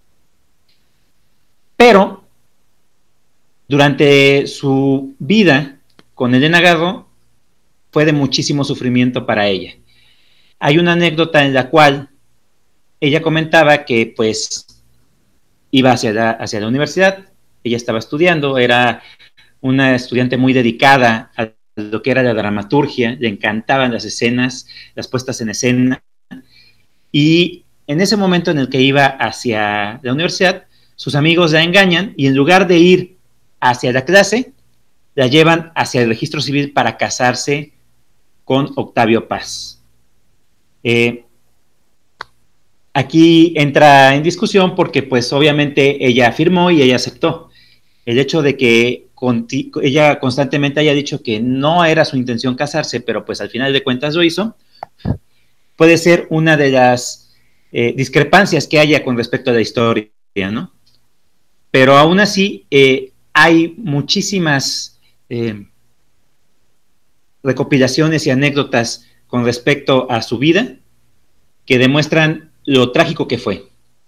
pero durante su vida con Elena Garro fue de muchísimo sufrimiento para ella. Hay una anécdota en la cual ella comentaba que pues iba hacia la universidad, ella estaba estudiando, era una estudiante muy dedicada a lo que era la dramaturgia, le encantaban las escenas, las puestas en escena, y en ese momento en el que iba hacia la universidad, sus amigos la engañan y en lugar de ir hacia la clase, la llevan hacia el registro civil para casarse con Octavio Paz. Aquí entra en discusión porque pues obviamente ella afirmó y ella aceptó. El hecho de que ella constantemente haya dicho que no era su intención casarse, pero pues al final de cuentas lo hizo, puede ser una de las discrepancias que haya con respecto a la historia, ¿no? Pero aún así hay muchísimas recopilaciones y anécdotas con respecto a su vida que demuestran lo trágico que fue.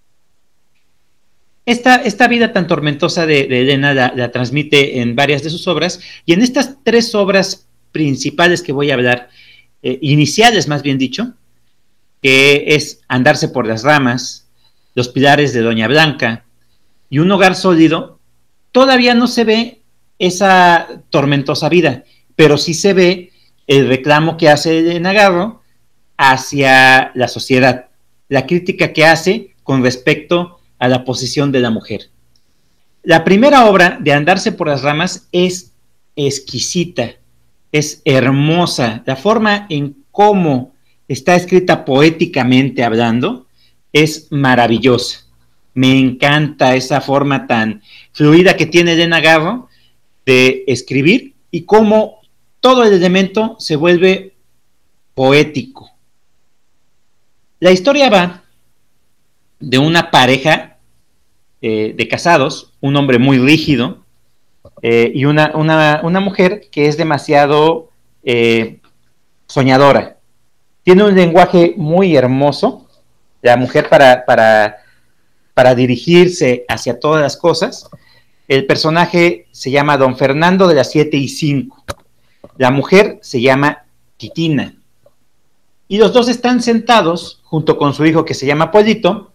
Esta vida tan tormentosa de Elena la transmite en varias de sus obras, y en estas tres obras principales que voy a hablar, iniciales más bien dicho, que es Andarse por las ramas, los pilares de Doña Blanca y un hogar sólido, todavía no se ve esa tormentosa vida, pero sí se ve el reclamo que hace Elena Garro hacia la sociedad, la crítica que hace con respecto a la posición de la mujer. La primera obra de Andarse por las ramas es exquisita, es hermosa, la forma en cómo está escrita poéticamente hablando es maravillosa. Me encanta esa forma tan fluida que tiene Elena Garro de escribir y cómo todo el elemento se vuelve poético. La historia va de una pareja de casados, un hombre muy rígido y una mujer que es demasiado soñadora. Tiene un lenguaje muy hermoso, la mujer para dirigirse hacia todas las cosas. El personaje se llama Don Fernando de las 7 y 5. La mujer se llama Titina. Y los dos están sentados junto con su hijo que se llama Pollito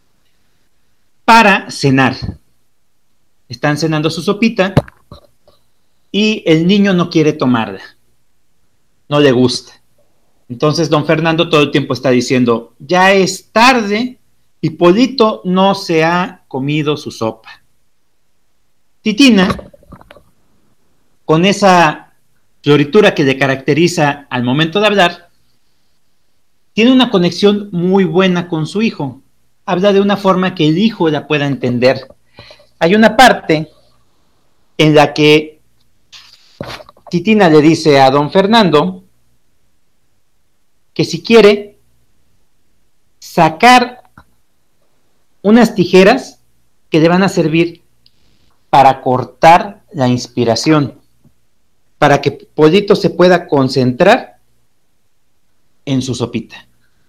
para cenar. Están cenando su sopita y el niño no quiere tomarla. No le gusta. Entonces don Fernando todo el tiempo está diciendo, ya es tarde y Pollito no se ha comido su sopa. Titina, con esa floritura que le caracteriza al momento de hablar, tiene una conexión muy buena con su hijo. Habla de una forma que el hijo la pueda entender. Hay una parte en la que Titina le dice a don Fernando que si quiere sacar unas tijeras que le van a servir para cortar la inspiración, para que Pollito se pueda concentrar en su sopita.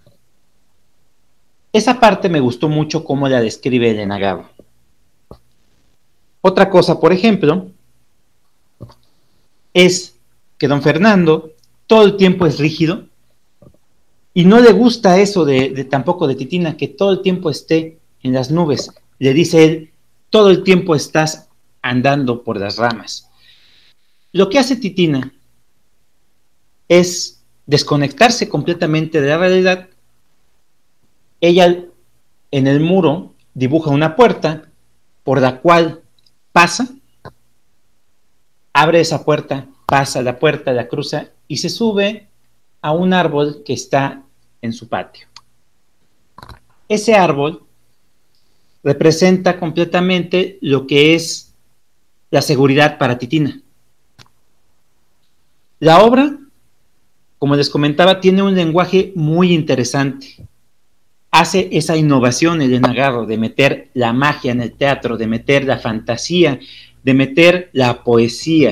Esa parte me gustó mucho cómo la describe Elena Garro. Otra cosa, por ejemplo, es que don Fernando todo el tiempo es rígido y no le gusta eso tampoco de Titina, que todo el tiempo esté en las nubes. Le dice él, todo el tiempo estás andando por las ramas. Lo que hace Titina es desconectarse completamente de la realidad. Ella en el muro dibuja una puerta por la cual pasa, abre esa puerta, pasa la puerta, la cruza y se sube a un árbol que está en su patio. Ese árbol representa completamente lo que es la seguridad para Titina. La obra, como les comentaba, tiene un lenguaje muy interesante. Hace esa innovación Elena Garro de meter la magia en el teatro, de meter la fantasía, de meter la poesía.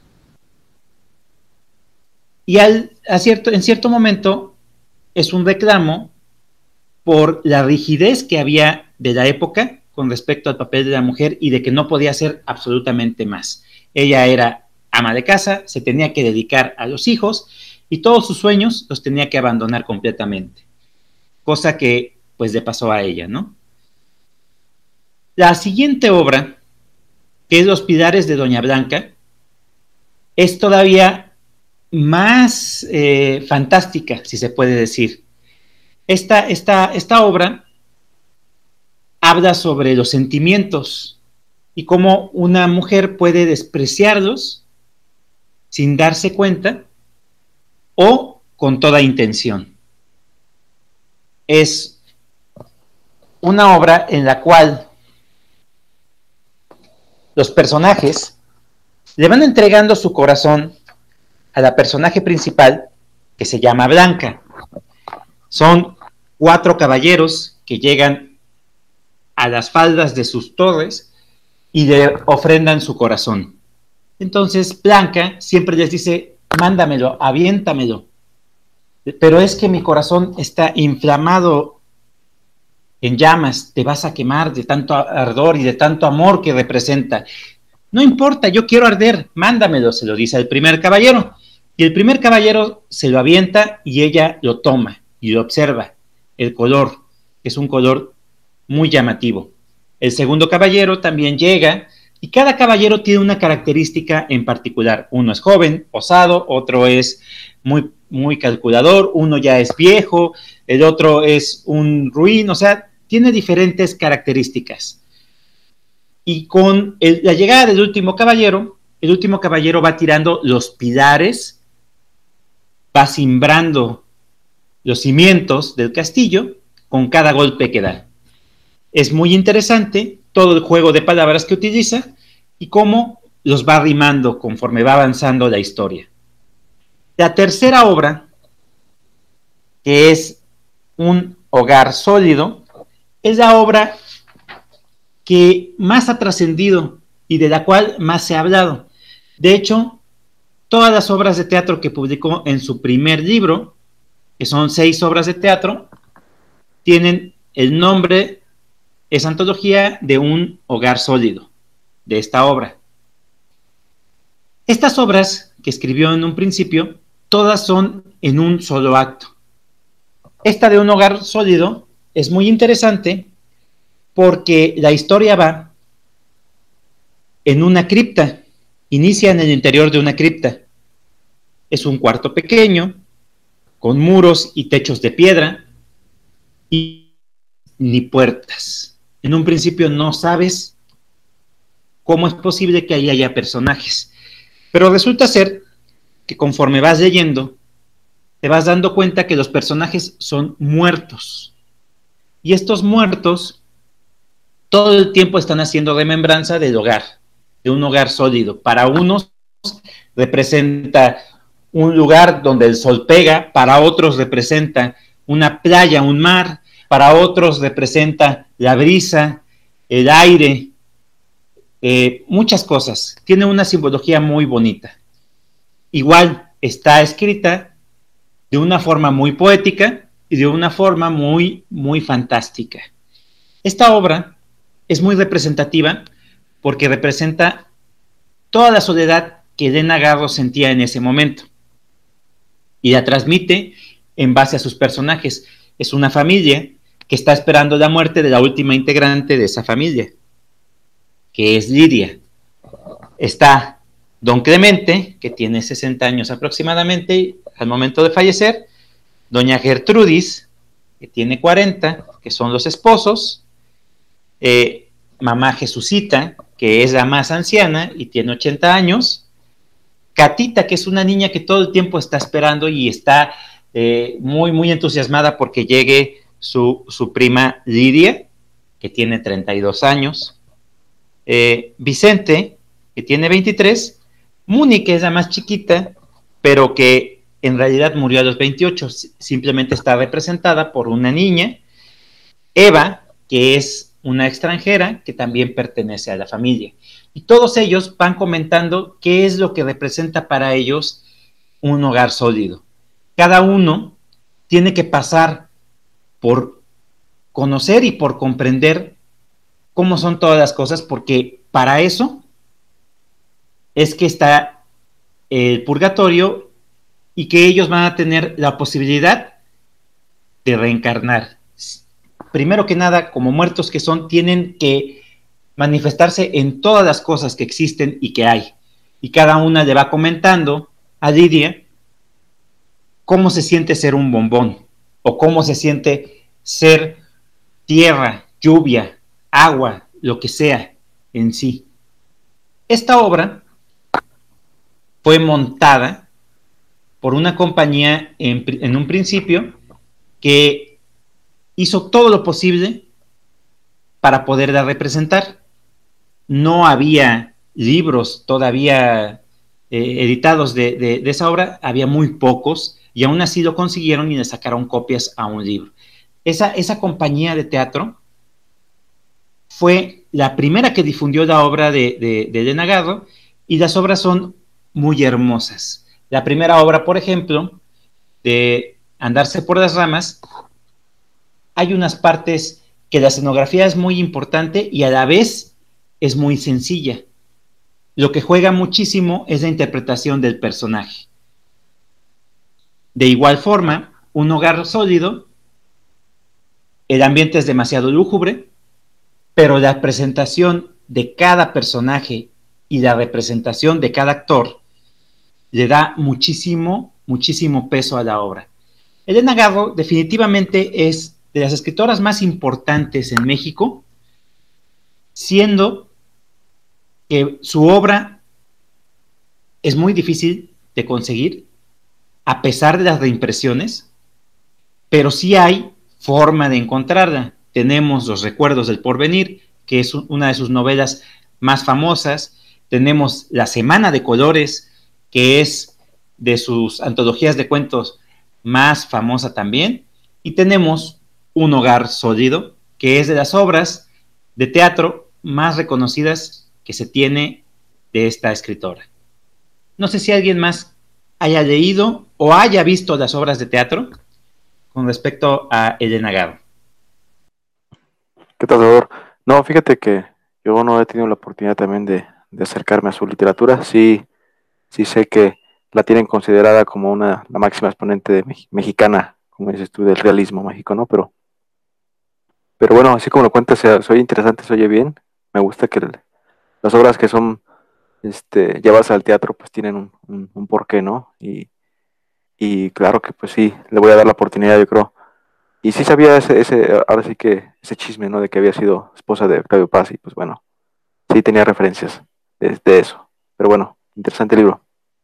Y en cierto momento es un reclamo por la rigidez que había de la época con respecto al papel de la mujer y de que no podía hacer absolutamente más. Ella era ama de casa, se tenía que dedicar a los hijos y todos sus sueños los tenía que abandonar completamente. Cosa que pues le pasó a ella, ¿no? La siguiente obra, que es Los pilares de Doña Blanca, es todavía más fantástica, si se puede decir. Esta obra habla sobre los sentimientos y cómo una mujer puede despreciarlos sin darse cuenta o con toda intención. Es una obra en la cual los personajes le van entregando su corazón a la personaje principal que se llama Blanca. Son 4 caballeros que llegan a las faldas de sus torres y le ofrendan su corazón. Entonces Blanca siempre les dice, mándamelo, aviéntamelo. Pero es que mi corazón está inflamado en llamas, te vas a quemar de tanto ardor y de tanto amor que representa. No importa, yo quiero arder, mándamelo, se lo dice al primer caballero. Y el primer caballero se lo avienta y ella lo toma y lo observa. El color es un color muy llamativo. El segundo caballero también llega, y cada caballero tiene una característica en particular. Uno es joven, osado, otro es muy calculador, uno ya es viejo, el otro es un ruin, o sea, tiene diferentes características. Y con la llegada del último caballero, el último caballero va tirando los pilares, va cimbrando los cimientos del castillo con cada golpe que da. Es muy interesante todo el juego de palabras que utiliza y cómo los va rimando conforme va avanzando la historia. La tercera obra, que es Un hogar sólido, es la obra que más ha trascendido y de la cual más se ha hablado. De hecho, todas las obras de teatro que publicó en su primer libro, que son 6 obras de teatro, tienen el nombre, es antología de Un hogar sólido, de esta obra. Estas obras que escribió en un principio, todas son en un solo acto. Esta de Un hogar sólido es muy interesante porque la historia va en una cripta, inicia en el interior de una cripta. Es un cuarto pequeño, con muros y techos de piedra, y ni puertas. En un principio no sabes cómo es posible que ahí haya personajes, pero resulta ser que conforme vas leyendo, te vas dando cuenta que los personajes son muertos, y estos muertos todo el tiempo están haciendo remembranza del hogar, de un hogar sólido. Para unos representa un lugar donde el sol pega, para otros representa una playa, un mar, para otros representa la brisa, el aire, muchas cosas. Tiene una simbología muy bonita. Igual está escrita de una forma muy poética y de una forma muy fantástica. Esta obra es muy representativa porque representa toda la soledad que Elena Garro sentía en ese momento y la transmite en base a sus personajes. Es una familia que está esperando la muerte de la última integrante de esa familia, que es Lidia. Está don Clemente, que tiene 60 años aproximadamente al momento de fallecer, doña Gertrudis, que tiene 40, que son los esposos, mamá Jesucita, que es la más anciana y tiene 80 años, Catita, que es una niña que todo el tiempo está esperando y está muy entusiasmada porque llegue su prima Lidia, que tiene 32 años, Vicente, que tiene 23, Muni, que es la más chiquita, pero que en realidad murió a los 28, simplemente está representada por una niña, Eva, que es una extranjera que también pertenece a la familia. Y todos ellos van comentando qué es lo que representa para ellos un hogar sólido. Cada uno tiene que pasar por conocer y por comprender cómo son todas las cosas, porque para eso es que está el purgatorio y que ellos van a tener la posibilidad de reencarnar. Primero que nada, como muertos que son, tienen que manifestarse en todas las cosas que existen y que hay. Y cada una le va comentando a Lidia cómo se siente ser un bombón, o cómo se siente ser tierra, lluvia, agua, lo que sea en sí. Esta obra fue montada por una compañía en un principio que hizo todo lo posible para poderla representar. No había libros todavía editados de esa obra, había muy pocos, y aún así lo consiguieron y le sacaron copias a un libro. Esa compañía de teatro fue la primera que difundió la obra de Elena Garro, y las obras son muy hermosas. La primera obra, por ejemplo, de Andarse por las ramas, hay unas partes que la escenografía es muy importante y a la vez es muy sencilla. Lo que juega muchísimo es la interpretación del personaje. De igual forma, Un hogar sólido, el ambiente es demasiado lúgubre, pero la presentación de cada personaje y la representación de cada actor le da muchísimo, muchísimo peso a la obra. Elena Garro definitivamente es de las escritoras más importantes en México, siendo que su obra es muy difícil de conseguir, a pesar de las reimpresiones, pero sí hay forma de encontrarla. Tenemos Los Recuerdos del Porvenir, que es una de sus novelas más famosas. Tenemos La Semana de Colores, que es de sus antologías de cuentos más famosa también. Y tenemos Un Hogar Sólido, que es de las obras de teatro más reconocidas que se tiene de esta escritora. No sé si alguien más haya leído o haya visto las obras de teatro con respecto a Elena Garro. ¿Qué tal, Salvador? No, fíjate que yo no he tenido la oportunidad también de acercarme a su literatura. Sí, sí sé que la tienen considerada como la máxima exponente mexicana, como dices tú, del realismo mágico, ¿no? Pero bueno, así como lo cuentas, se oye interesante, se oye bien. Me gusta que las obras que son llevadas al teatro, pues tienen un porqué, ¿no? Y claro que pues sí, le voy a dar la oportunidad, yo creo. Y sí sabía ahora sí que ese chisme, ¿no? De que había sido esposa de Octavio Paz y pues bueno, sí tenía referencias de eso. Pero bueno, interesante libro.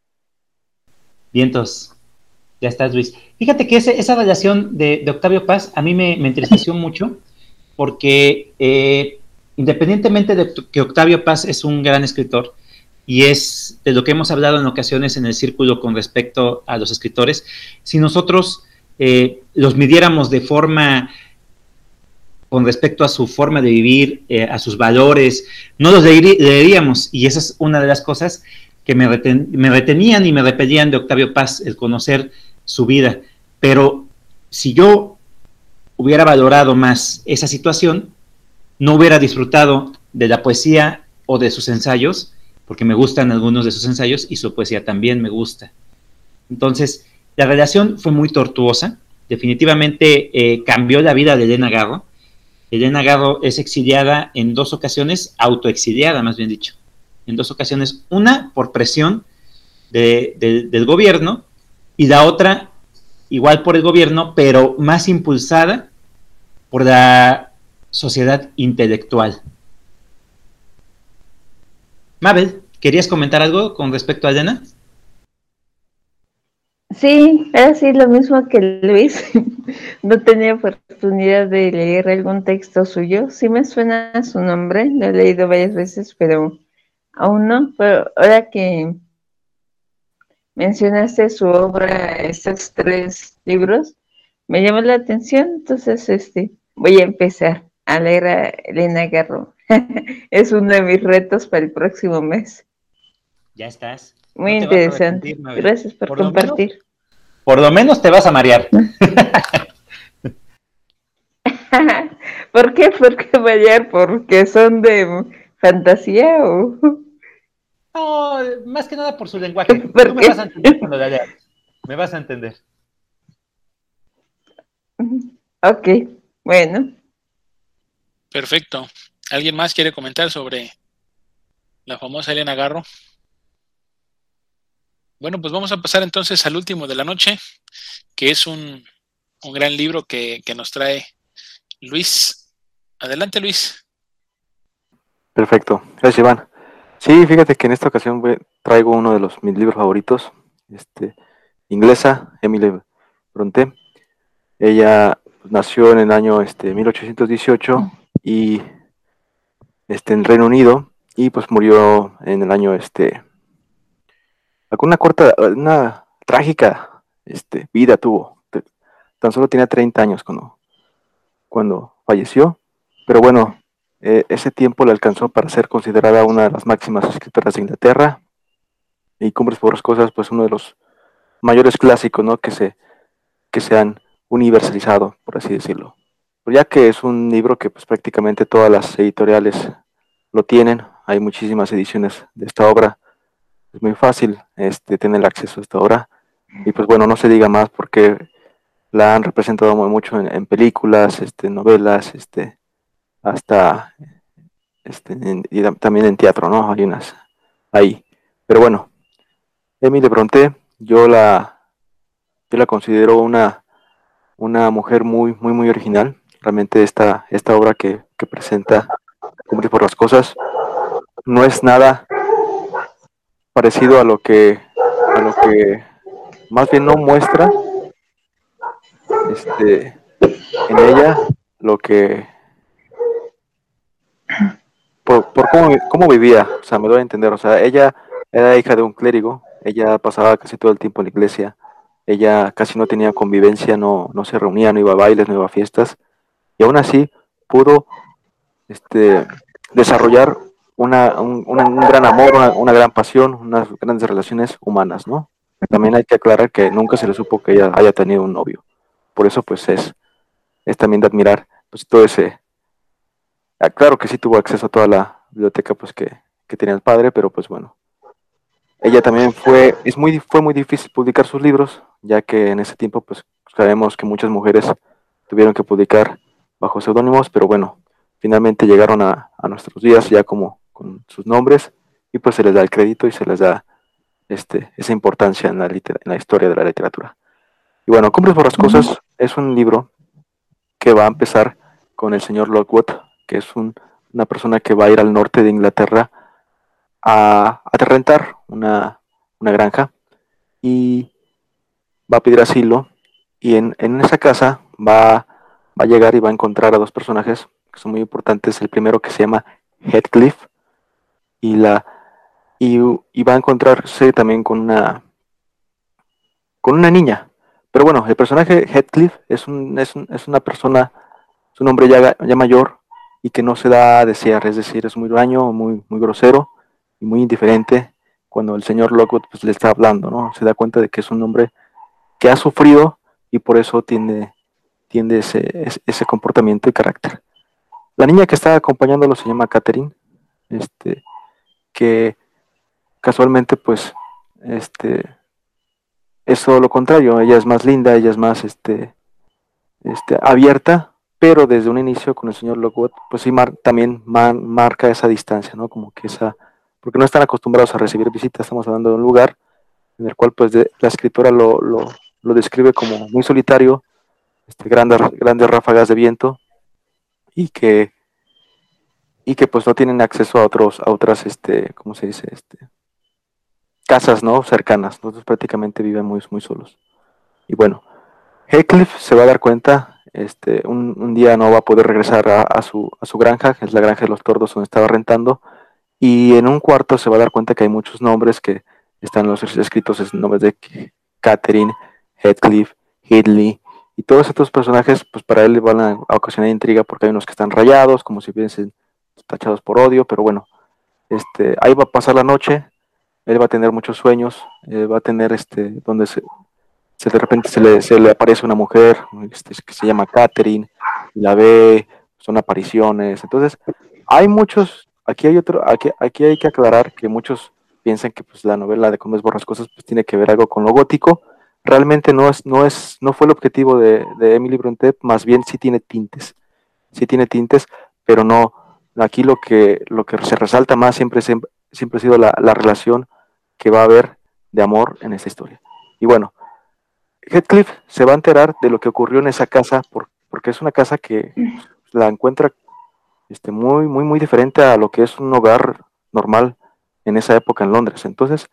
Vientos, ya estás, Luis. Fíjate que esa relación de Octavio Paz a mí me entristeció mucho porque independientemente de que Octavio Paz es un gran escritor y es de lo que hemos hablado en ocasiones en el círculo con respecto a los escritores, si nosotros los midiéramos de forma con respecto a su forma de vivir, a sus valores, no los leeríamos, y esa es una de las cosas que me retenían y me repelían de Octavio Paz, el conocer su vida. Pero si yo hubiera valorado más esa situación, no hubiera disfrutado de la poesía o de sus ensayos, porque me gustan algunos de sus ensayos y su poesía también me gusta. Entonces, la relación fue muy tortuosa, definitivamente cambió la vida de Elena Garro. Elena Garro es exiliada en 2 ocasiones, autoexiliada más bien dicho, en 2 ocasiones, una por presión del gobierno y la otra igual por el gobierno, pero más impulsada por la sociedad intelectual. Mabel, ¿querías comentar algo con respecto a Elena? Sí, así lo mismo que Luis. No tenía oportunidad de leer algún texto suyo. Sí me suena su nombre, lo he leído varias veces, pero aún no. Pero ahora que mencionaste su obra, estos 3 libros, me llamó la atención, entonces voy a empezar a leer a Elena Garro. Es uno de mis retos para el próximo mes. Ya estás. Muy No te interesante. vas a Mabel. Gracias por compartir. Por lo menos te vas a marear. ¿Por qué? ¿Por qué marear? ¿Porque son de fantasía o...? No, más que nada por su lenguaje. ¿Por Tú me qué? vas a entender cuando la leas. Me vas a entender. Ok, bueno. Perfecto. ¿Alguien más quiere comentar sobre la famosa Elena Garro? Bueno, pues vamos a pasar entonces al último de la noche, que es un gran libro que nos trae Luis. Adelante, Luis. Perfecto, gracias, Iván. Sí, fíjate que en esta ocasión traigo uno de mis libros favoritos, inglesa, Emily Brontë. Ella nació en el año 1818 y en Reino Unido, y pues murió en el año con una trágica vida tuvo. Tan solo tenía 30 años cuando falleció, pero bueno, ese tiempo le alcanzó para ser considerada una de las máximas escritoras de Inglaterra, y Cumbres Borrascosas, pues uno de los mayores clásicos, ¿no? que se han universalizado, por así decirlo. Pero ya que es un libro que pues prácticamente todas las editoriales lo tienen, hay muchísimas ediciones de esta obra, es muy fácil tener acceso a esta obra, y pues bueno, no se diga más porque la han representado mucho en películas, novelas, hasta también en teatro, ¿no? Hay unas ahí. Pero bueno, Emily Brontë, yo la considero una mujer muy, muy, muy original. Realmente esta obra que presenta Cumbres por las Cosas no es nada parecido a lo que más bien no muestra en ella lo que por cómo vivía, o sea, me doy a entender, o sea, ella era hija de un clérigo, ella pasaba casi todo el tiempo en la iglesia, ella casi no tenía convivencia, no se reunía, no iba a bailes, no iba a fiestas, y aún así pudo desarrollar un gran amor, una gran pasión, unas grandes relaciones humanas, ¿no? También hay que aclarar que nunca se le supo que ella haya tenido un novio. Por eso, pues, es también de admirar, pues, todo ese... claro que sí tuvo acceso a toda la biblioteca, pues, que tenía el padre, pero, pues, bueno. Ella también fue muy difícil publicar sus libros, ya que en ese tiempo, pues, sabemos que muchas mujeres tuvieron que publicar bajo seudónimos, pero bueno, finalmente llegaron a nuestros días ya como con sus nombres y pues se les da el crédito y se les da esa importancia en la historia de la literatura. Y bueno, Cumbres Borrascosas es un libro que va a empezar con el señor Lockwood, que es una persona que va a ir al norte de Inglaterra a rentar una granja y va a pedir asilo y en esa casa va a llegar y va a encontrar a dos personajes que son muy importantes. El primero que se llama Heathcliff y, y va a encontrarse también con una niña. Pero bueno, el personaje Heathcliff es una persona, es un hombre ya mayor y que no se da a desear, es decir, es muy huraño, muy, muy grosero y muy indiferente cuando el señor Lockwood pues, le está hablando, ¿no? Se da cuenta de que es un hombre que ha sufrido y por eso tiene ese comportamiento y carácter. La niña que está acompañándolo se llama Catherine, que casualmente pues es todo lo contrario, ella es más linda, ella es más abierta, pero desde un inicio con el señor Lockwood pues sí también marca esa distancia, ¿no? Como que porque no están acostumbrados a recibir visitas, estamos hablando de un lugar en el cual pues la escritora lo describe como muy solitario, grandes ráfagas de viento y que pues no tienen acceso a otras ¿cómo se dice? Casas, ¿no? Cercanas, nosotros prácticamente viven muy, muy solos. Y bueno, Heathcliff se va a dar cuenta, un día no va a poder regresar a su granja, que es la granja de los tordos donde estaba rentando, y en un cuarto se va a dar cuenta que hay muchos nombres que están los escritos, nombres de Catherine, Heathcliff, Headley, y todos estos personajes, pues para él van a ocasionar intriga porque hay unos que están rayados, como si hubiesen tachados por odio, pero bueno, ahí va a pasar la noche, él va a tener muchos sueños, va a tener donde de repente se le aparece una mujer que se llama Catherine, y la ve, son apariciones, entonces hay muchos, aquí hay que aclarar que muchos piensan que pues la novela de Cumbres Borrascosas pues tiene que ver algo con lo gótico, realmente no fue el objetivo de Emily Brontë, más bien sí tiene tintes, pero no, aquí lo que se resalta más siempre ha sido la relación que va a haber de amor en esta historia. Y bueno, Heathcliff se va a enterar de lo que ocurrió en esa casa, porque es una casa que la encuentra muy, muy, muy diferente a lo que es un hogar normal en esa época en Londres. Entonces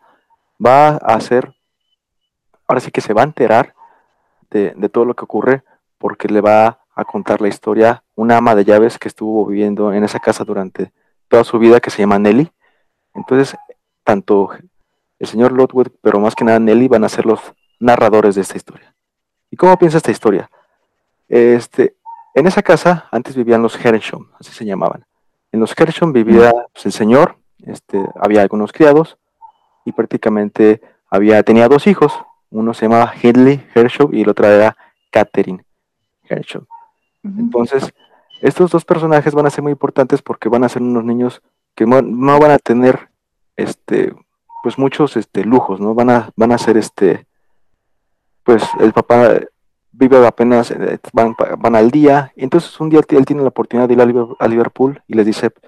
ahora sí que se va a enterar de todo lo que ocurre, porque le va a contar la historia una ama de llaves que estuvo viviendo en esa casa durante toda su vida, que se llama Nelly. Entonces, tanto el señor Lockwood, pero más que nada Nelly, van a ser los narradores de esta historia. ¿Y cómo piensa esta historia? En esa casa antes vivían los Hersham, así se llamaban. En los Hersham vivía pues, el señor, había algunos criados y prácticamente tenía dos hijos. Uno se llamaba Headley Hersham y el otro era Catherine Hersham. Entonces, estos dos personajes van a ser muy importantes porque van a ser unos niños que no van a tener pues muchos lujos, ¿no? Van a ser pues el papá vive apenas, van al día, entonces un día él tiene la oportunidad de ir a Liverpool y les dice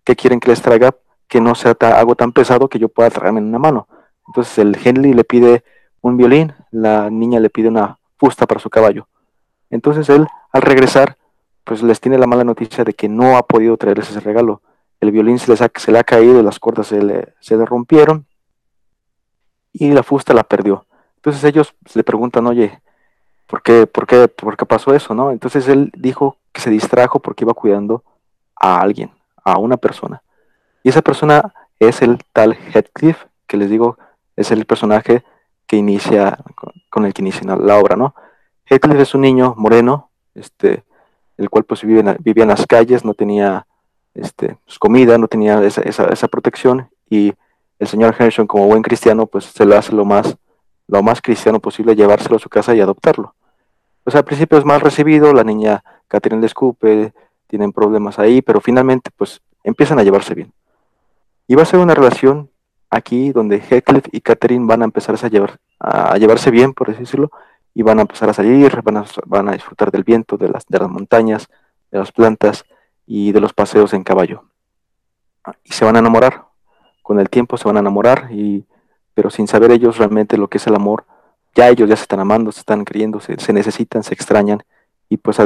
¿qué quieren que les traiga? Que no sea algo tan pesado que yo pueda traerme en una mano. Entonces el Henley le pide un violín, la niña le pide una fusta para su caballo. Entonces él, al regresar, pues les tiene la mala noticia de que no ha podido traerles ese regalo. El violín se le ha caído, las cuerdas se le rompieron y la fusta la perdió. Entonces ellos le preguntan, oye, ¿por qué pasó eso, no? Entonces él dijo que se distrajo porque iba cuidando a alguien, a una persona. Y esa persona es el tal Heathcliff, que les digo, es el personaje que inicia, con el que inicia la obra, ¿no? Heathcliff es un niño moreno, el cual pues vivía en las calles, no tenía pues, comida, no tenía esa protección, y el señor Herschel, como buen cristiano, pues se lo hace lo más cristiano posible, llevárselo a su casa y adoptarlo. Pues al principio es mal recibido, la niña Catherine le escupe, tienen problemas ahí, pero finalmente pues empiezan a llevarse bien. Y va a ser una relación aquí donde Heathcliff y Catherine van a empezar a llevarse bien, por así decirlo, y van a empezar a salir, van a disfrutar del viento, de las montañas, de las plantas y de los paseos en caballo. Y se van a enamorar, con el tiempo se van a enamorar, pero sin saber ellos realmente lo que es el amor, ya ellos ya se están amando, se están queriendo, se necesitan, se extrañan, y pues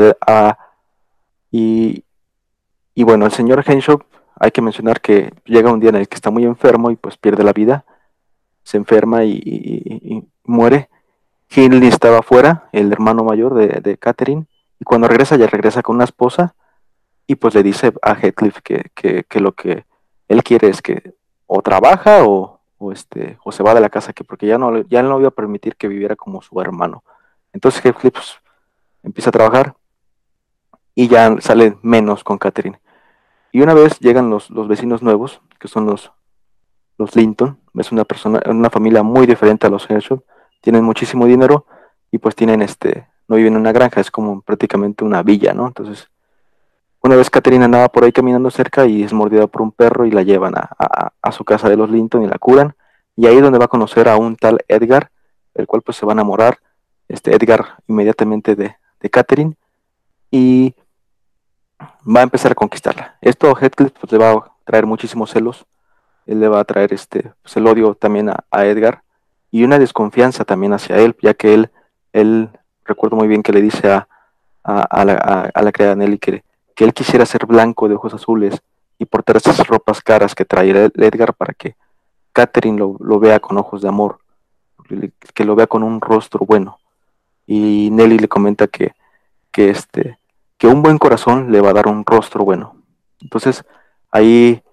y bueno, el señor Henshaw, hay que mencionar que llega un día en el que está muy enfermo y pues pierde la vida, se enferma y muere. Hindley estaba afuera, el hermano mayor de Catherine, y cuando regresa ya regresa con una esposa, y pues le dice a Heathcliff que lo que él quiere es que o trabaja o se va de la casa, porque ya él no iba a permitir que viviera como su hermano. Entonces Heathcliff pues, empieza a trabajar y ya sale menos con Catherine. Y una vez llegan los vecinos nuevos, que son los Linton, es una familia muy diferente a los Herschel, tienen muchísimo dinero y pues no viven en una granja, es como prácticamente una villa, ¿no? Entonces, una vez Catherine andaba por ahí caminando cerca y es mordida por un perro y la llevan a su casa de los Linton y la curan, y ahí es donde va a conocer a un tal Edgar, el cual pues se va a enamorar, Edgar inmediatamente de Catherine, y va a empezar a conquistarla. Esto a Heathcliff pues, le va a traer muchísimos celos, él le va a traer pues, el odio también a Edgar y una desconfianza también hacia él, ya que él recuerdo muy bien que le dice a la criada Nelly que él quisiera ser blanco de ojos azules y portar esas ropas caras que trae Edgar para que Catherine lo vea con ojos de amor, que lo vea con un rostro bueno. Y Nelly le comenta que un buen corazón le va a dar un rostro bueno. Entonces ahí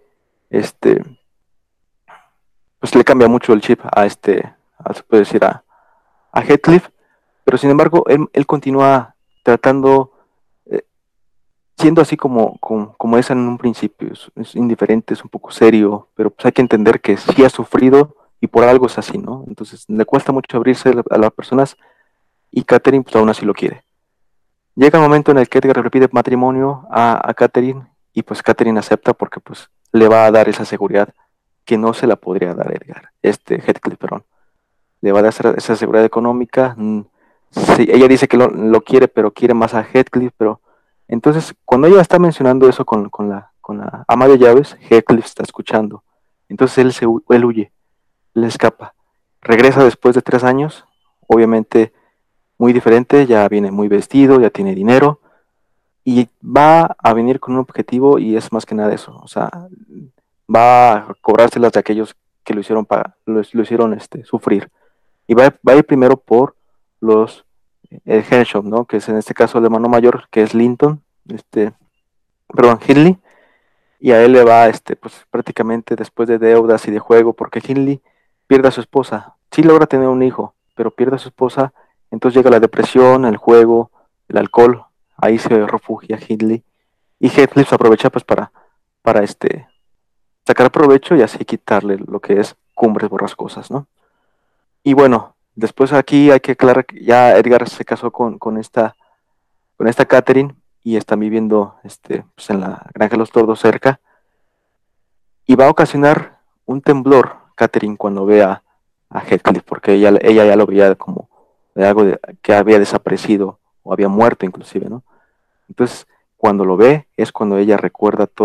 pues le cambia mucho el chip se puede decir a Heathcliff, pero sin embargo él continúa tratando, siendo así como es en un principio, es indiferente, es un poco serio, pero pues hay que entender que sí ha sufrido y por algo es así, ¿no? Entonces le cuesta mucho abrirse a las personas y Catherine pues aún así lo quiere. Llega el momento en el que Edgar le pide matrimonio a Catherine y pues Catherine acepta porque pues le va a dar esa seguridad que no se la podría dar Edgar, Heathcliff, perdón. Le va a dar esa seguridad económica. Sí, ella dice que lo quiere, pero quiere más a Heathcliff, pero entonces cuando ella está mencionando eso con la ama de llaves, Heathcliff está escuchando. Entonces él huye, él escapa. Regresa después de 3 años, obviamente muy diferente, ya viene muy vestido, ya tiene dinero, y va a venir con un objetivo y es más que nada eso, o sea, va a cobrárselas de aquellos que lo hicieron sufrir. Y va a ir primero por los Henshaw, ¿no? Que es en este caso el hermano mayor, que es Linton, Hindley, y a él le va, pues prácticamente después de deudas y de juego, porque Hindley pierde a su esposa, sí logra tener un hijo, pero pierde a su esposa, entonces llega la depresión, el juego, el alcohol, ahí se refugia Hindley, y Heathcliff aprovecha pues para sacar provecho y así quitarle lo que es Cumbres Borrascosas, ¿no? Y bueno, después aquí hay que aclarar que ya Edgar se casó con esta Catherine y están viviendo pues en la Granja de los Tordos cerca, y va a ocasionar un temblor Catherine cuando vea a Heathcliff, porque ella ya lo veía como de algo que había desaparecido o había muerto inclusive, ¿no? Entonces, cuando lo ve es cuando ella recuerda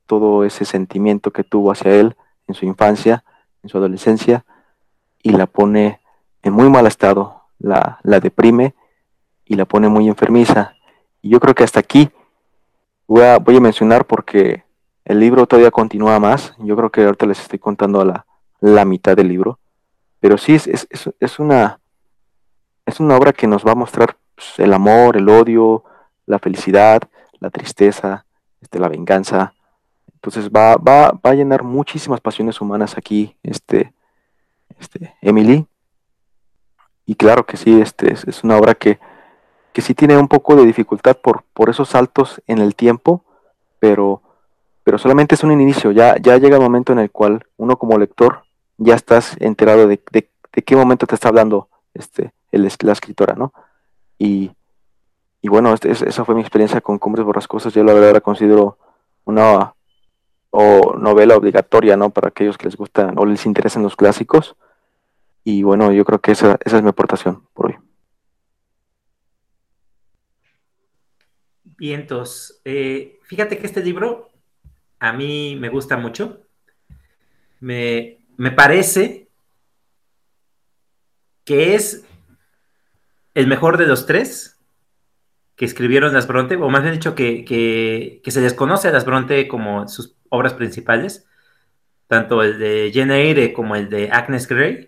todo ese sentimiento que tuvo hacia él en su infancia, en su adolescencia, y la pone en muy mal estado, la deprime y la pone muy enfermiza. Y yo creo que hasta aquí voy a mencionar, porque el libro todavía continúa más. Yo creo que ahorita les estoy contando a la mitad del libro, pero sí es una obra que nos va a mostrar, pues, el amor, el odio, la felicidad, la tristeza, la venganza. Entonces va a llenar muchísimas pasiones humanas aquí, Emily. Y claro que sí, es una obra que sí tiene un poco de dificultad por esos saltos en el tiempo, pero solamente es un inicio. Ya llega el momento en el cual uno, como lector, ya estás enterado de qué momento te está hablando la escritora, ¿no? Y bueno, esa fue mi experiencia con Cumbres Borrascosas. Yo la verdad la considero una novela obligatoria, ¿no? Para aquellos que les gustan o les interesan los clásicos. Y bueno, yo creo que esa es mi aportación por hoy. Vientos. Fíjate que este libro a mí me gusta mucho. Me parece que es el mejor de los tres que escribieron las Bronte, o más bien dicho, que se les conoce a las Bronte como sus obras principales, tanto el de Jane Eyre como el de Agnes Grey.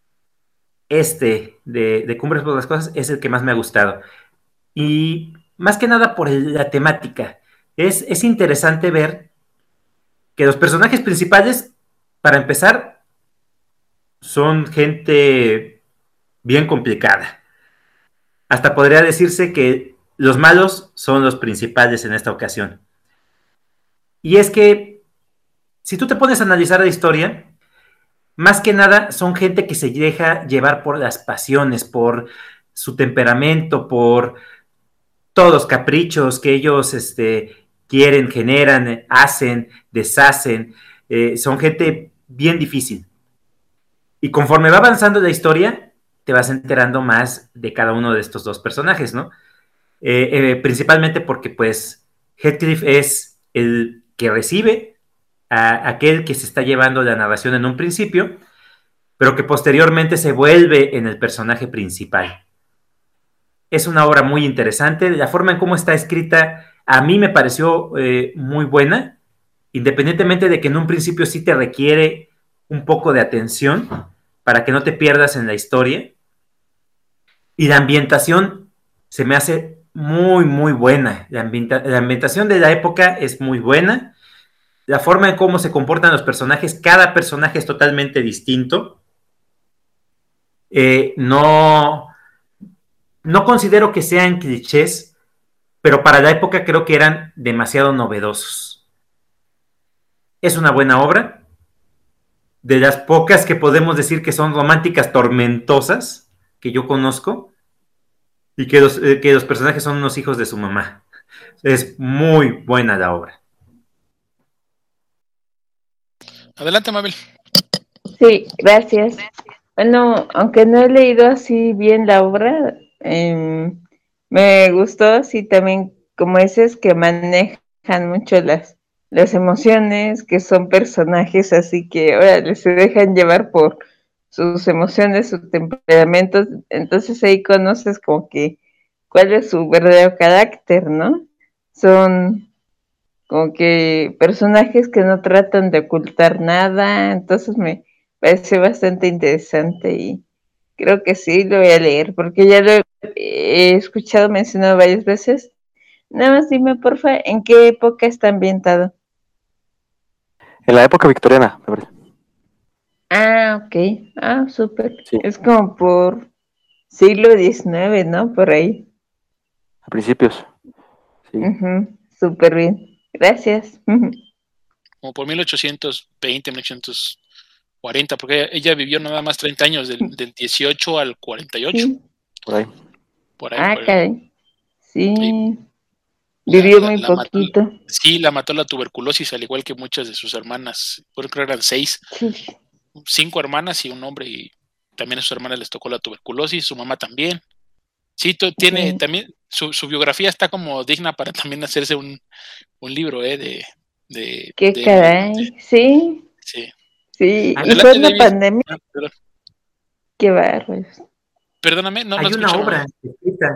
De Cumbres por las Cosas es el que más me ha gustado. Y más que nada por la temática. Es interesante ver que los personajes principales, para empezar, son gente bien complicada. Hasta podría decirse que los malos son los principales en esta ocasión. Y es que, si tú te pones a analizar la historia, más que nada son gente que se deja llevar por las pasiones, por su temperamento, por todos los caprichos que ellos quieren, generan, hacen, deshacen. Son gente bien difícil. Y conforme va avanzando la historia, te vas enterando más de cada uno de estos dos personajes, ¿no? Principalmente porque, pues, Heathcliff es el que recibe a aquel que se está llevando la narración en un principio, pero que posteriormente se vuelve en el personaje principal. Es una obra muy interesante. La forma en cómo está escrita a mí me pareció muy buena, independientemente de que en un principio sí te requiere un poco de atención para que no te pierdas en la historia. Y la ambientación se me hace muy, muy buena. La ambientación de la época es muy buena. La forma en cómo se comportan los personajes, cada personaje es totalmente distinto. No considero que sean clichés, pero para la época creo que eran demasiado novedosos. Es una buena obra, de las pocas que podemos decir que son románticas tormentosas que yo conozco, y que los personajes son unos hijos de su mamá. Es muy buena la obra. Adelante, Mabel. Sí, gracias. Bueno, aunque no he leído así bien la obra, me gustó así también, como dices, que manejan mucho las emociones, que son personajes así que ahora se dejan llevar por sus emociones, sus temperamentos, entonces ahí conoces como que cuál es su verdadero carácter, ¿no? Son como que personajes que no tratan de ocultar nada, entonces me parece bastante interesante y creo que sí lo voy a leer porque ya lo he escuchado mencionado varias veces. Nada más dime, porfa, ¿en qué época está ambientado? En la época victoriana, me parece. Ah, ok. Ah, súper. Sí, Es como por siglo XIX, ¿no? Por ahí. a principios. Sí. Súper bien. Gracias. Como por 1820, 1840, porque ella vivió nada más 30 años, del 18 al 48. Sí. Por ahí. Por ahí. Ah, caray. Sí. La Vivió muy mató, poquito. sí, la mató la tuberculosis, al igual que muchas de sus hermanas. Creo que eran 5 hermanas y un hombre, y también a sus hermanas les tocó la tuberculosis, su mamá también. Sí, tiene Sí. también, su biografía está como digna para también hacerse un libro de Qué de caray, sí, sí. sí, y Adelante, fue en la David. pandemia, Perdón. qué bárbaro. Perdóname, no Hay una escucho. obra escrita,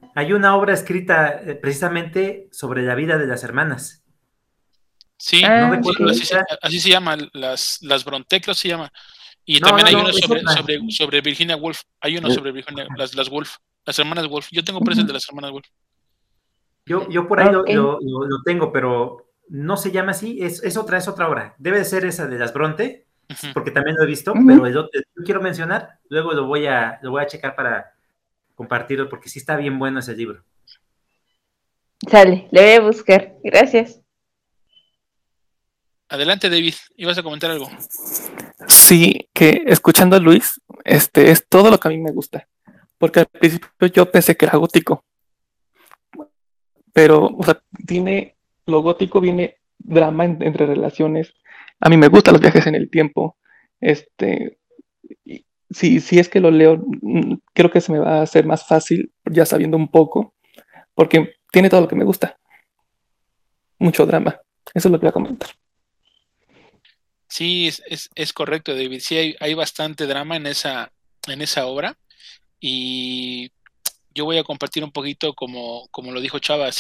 precisamente sobre la vida de las hermanas. Sí, No Ah, recuerdo ok. si era. así se llama, las Bronte, creo que se llama. Y No, también no, hay no, uno es otra. sobre Virginia Woolf. Hay uno sobre Virginia, las Woolf, las hermanas Woolf. Yo tengo preso el de las hermanas Woolf. Yo por ahí Ok. lo tengo, pero no se llama así, es otra obra. Debe de ser esa de las Bronte, Ujú. porque también lo he visto, Ujú. pero el otro que yo quiero mencionar, luego lo voy a checar para compartirlo, porque sí está bien bueno ese libro. Sale, le voy a buscar. Gracias. Adelante, David. ¿Ibas a comentar algo? Sí, que escuchando a Luis, es todo lo que a mí me gusta. Porque al principio yo pensé que era gótico, pero, o sea, lo gótico viene drama entre relaciones. A mí me gustan los viajes en el tiempo. Este, si es que lo leo, creo que se me va a hacer más fácil ya sabiendo un poco, porque tiene todo lo que me gusta. Mucho drama. Eso es lo que voy a comentar. Sí, es correcto, David. Sí, hay bastante drama en esa obra. Y yo voy a compartir un poquito como lo dijo Chava.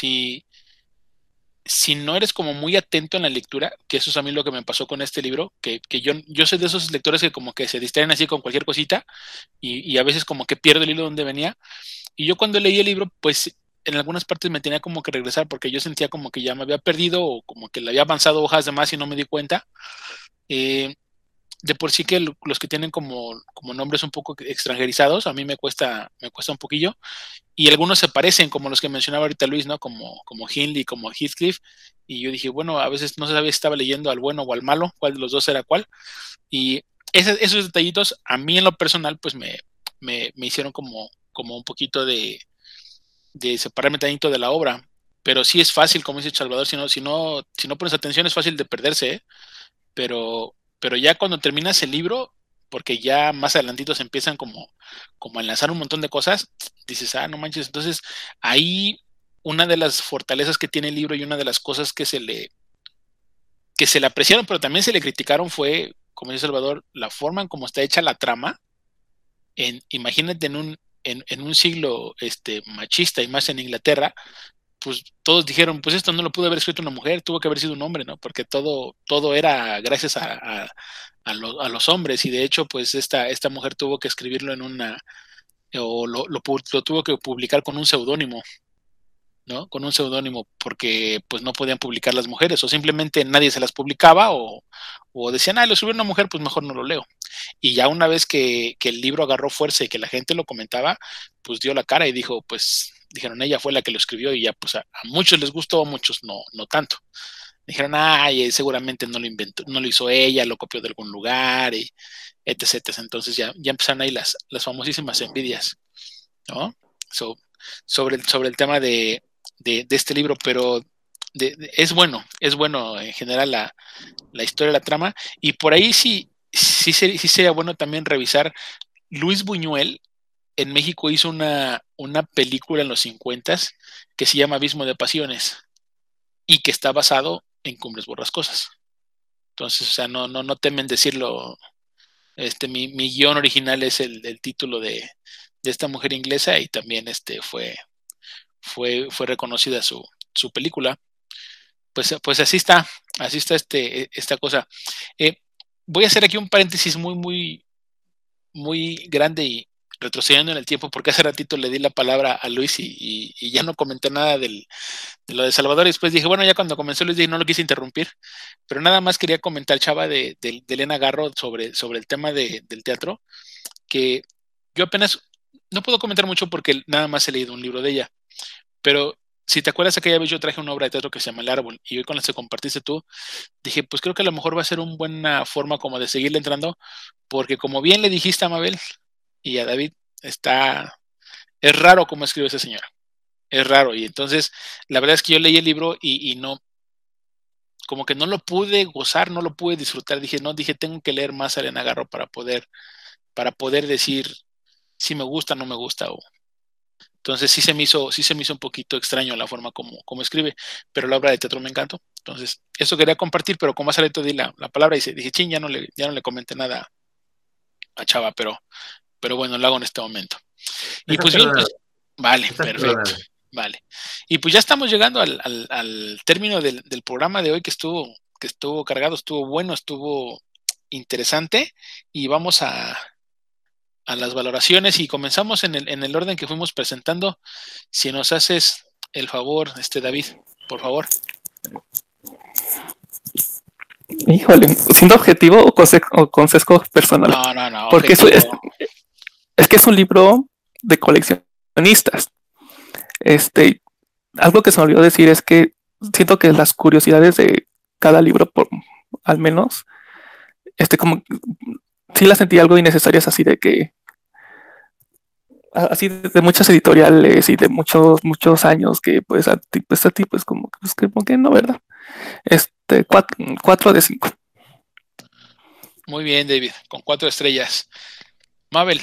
Si no eres como muy atento en la lectura, que eso es a mí lo que me pasó con este libro, que yo soy de esos lectores que como que se distraen así con cualquier cosita y a veces como que pierdo el hilo donde venía. Y yo cuando leí el libro, pues en algunas partes me tenía como que regresar porque yo sentía como que ya me había perdido o como que le había avanzado hojas de más y no me di cuenta. Eh, de por sí que los que tienen como nombres un poco extranjerizados, a mí me cuesta un poquillo, y algunos se parecen, como los que mencionaba ahorita Luis, ¿no? Como Hindley, como Heathcliff, y yo dije, bueno, a veces no sabía si estaba leyendo al bueno o al malo, cuál de los dos era cuál, y esos detallitos a mí en lo personal, pues me hicieron como un poquito de separarme tantito de la obra, pero sí es fácil, como dice Salvador, si no pones atención es fácil de perderse, ¿eh? Pero ya cuando terminas el libro, porque ya más adelantitos se empiezan como a enlazar un montón de cosas, dices, no manches, entonces ahí una de las fortalezas que tiene el libro y una de las cosas que se le apreciaron, pero también se le criticaron fue, como dice Salvador, la forma en cómo está hecha la trama. Imagínate en un siglo machista y más en Inglaterra, pues todos dijeron, pues esto no lo pudo haber escrito una mujer, tuvo que haber sido un hombre, ¿no? Porque todo era gracias a los hombres, y de hecho, pues esta mujer tuvo que escribirlo o lo tuvo que publicar con un seudónimo, ¿no? Con un seudónimo, porque pues no podían publicar las mujeres, o simplemente nadie se las publicaba, o decían, lo subió una mujer, pues mejor no lo leo. Y ya una vez que el libro agarró fuerza y que la gente lo comentaba, pues dio la cara y dijo, pues dijeron, ella fue la que lo escribió, y ya pues a muchos les gustó, a muchos no tanto. Dijeron, seguramente no lo inventó, no lo hizo ella, lo copió de algún lugar, y etc. Entonces ya empezaron ahí las famosísimas envidias, ¿no? Sobre el tema de este libro, pero es bueno en general la historia, la trama, y por ahí sí sería bueno también revisar. Luis Buñuel en México hizo una película en los 50 que se llama Abismo de Pasiones y que está basado en Cumbres Borrascosas. Entonces, o sea, no temen decirlo. Mi guión original es el título de esta mujer inglesa, y también fue reconocida su película. Pues así está esta cosa. Voy a hacer aquí un paréntesis muy, muy, muy grande y retrocediendo en el tiempo, porque hace ratito le di la palabra a Luis y ya no comenté nada de lo de Salvador, y después dije, bueno, ya cuando comenzó Luis dije, no lo quise interrumpir, pero nada más quería comentar, Chava, de Elena Garro sobre el tema del teatro, que yo apenas, no puedo comentar mucho porque nada más he leído un libro de ella, pero si te acuerdas, aquella vez yo traje una obra de teatro que se llama El Árbol, y hoy con la que compartiste tú, dije, pues creo que a lo mejor va a ser una buena forma como de seguirle entrando, porque como bien le dijiste a Mabel y a David, es raro cómo escribe esa señora, es raro, y entonces la verdad es que yo leí el libro y no, como que no lo pude gozar, no lo pude disfrutar, dije, tengo que leer más a Elena Garro para poder decir si me gusta o no me gusta. Entonces sí se me hizo un poquito extraño la forma como escribe, pero la obra de teatro me encantó. Entonces, eso quería compartir, pero como hace rato di la palabra y dije, ching, ya no le comenté nada a Chava, pero bueno, lo hago en este momento. Y pues bien, pues, vale, perfecto. Vale. Y pues ya estamos llegando al término del programa de hoy, que estuvo cargado, estuvo bueno, estuvo interesante, y vamos a las valoraciones, y comenzamos en el orden que fuimos presentando. Si nos haces el favor, David, por favor. Híjole, ¿siendo objetivo o con sesgo personal? No. Porque es que es un libro de coleccionistas. Algo que se me olvidó decir es que siento que las curiosidades de cada libro, al menos, como sí las sentí algo innecesarias, así de muchas editoriales y de muchos años, que pues a ti pues como que no, ¿verdad? 4 de 5. Muy bien, David, con 4 estrellas. Mabel.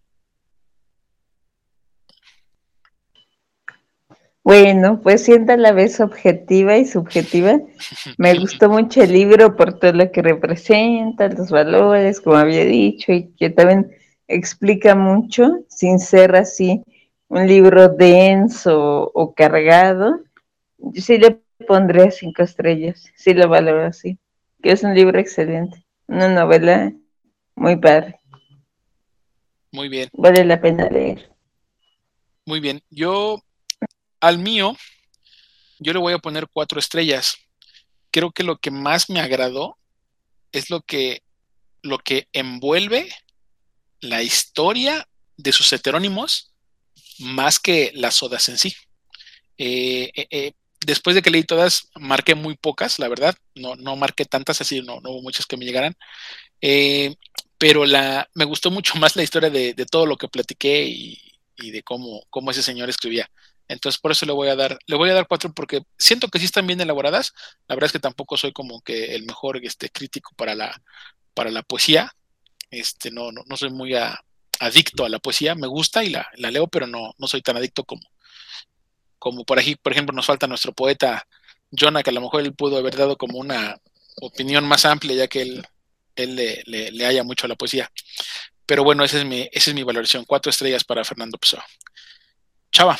Bueno, pues siendo a la vez objetiva y subjetiva, me gustó mucho el libro por todo lo que representa, los valores, como había dicho, y que también explica mucho, sin ser así un libro denso o cargado. Yo sí le pondré 5 estrellas, sí lo valoro así, que es un libro excelente, una novela muy padre. Muy bien. Vale la pena leer. Muy bien, al mío, yo le voy a poner 4 estrellas. Creo que lo que más me agradó es lo que envuelve la historia de sus heterónimos, más que las odas en sí. Después de que leí todas, marqué muy pocas, la verdad. No marqué tantas, así no hubo muchas que me llegaran. Pero me gustó mucho más la historia de todo lo que platiqué y de cómo ese señor escribía. Entonces por eso le voy a dar 4, porque siento que sí están bien elaboradas. La verdad es que tampoco soy como que el mejor crítico para la poesía. No soy muy adicto a la poesía. Me gusta y la leo, pero no soy tan adicto como por ejemplo nos falta nuestro poeta Jonah, que a lo mejor él pudo haber dado como una opinión más amplia, ya que él le halla mucho a la poesía. Pero bueno, esa es mi valoración. 4 estrellas para Fernando Pessoa. Chava.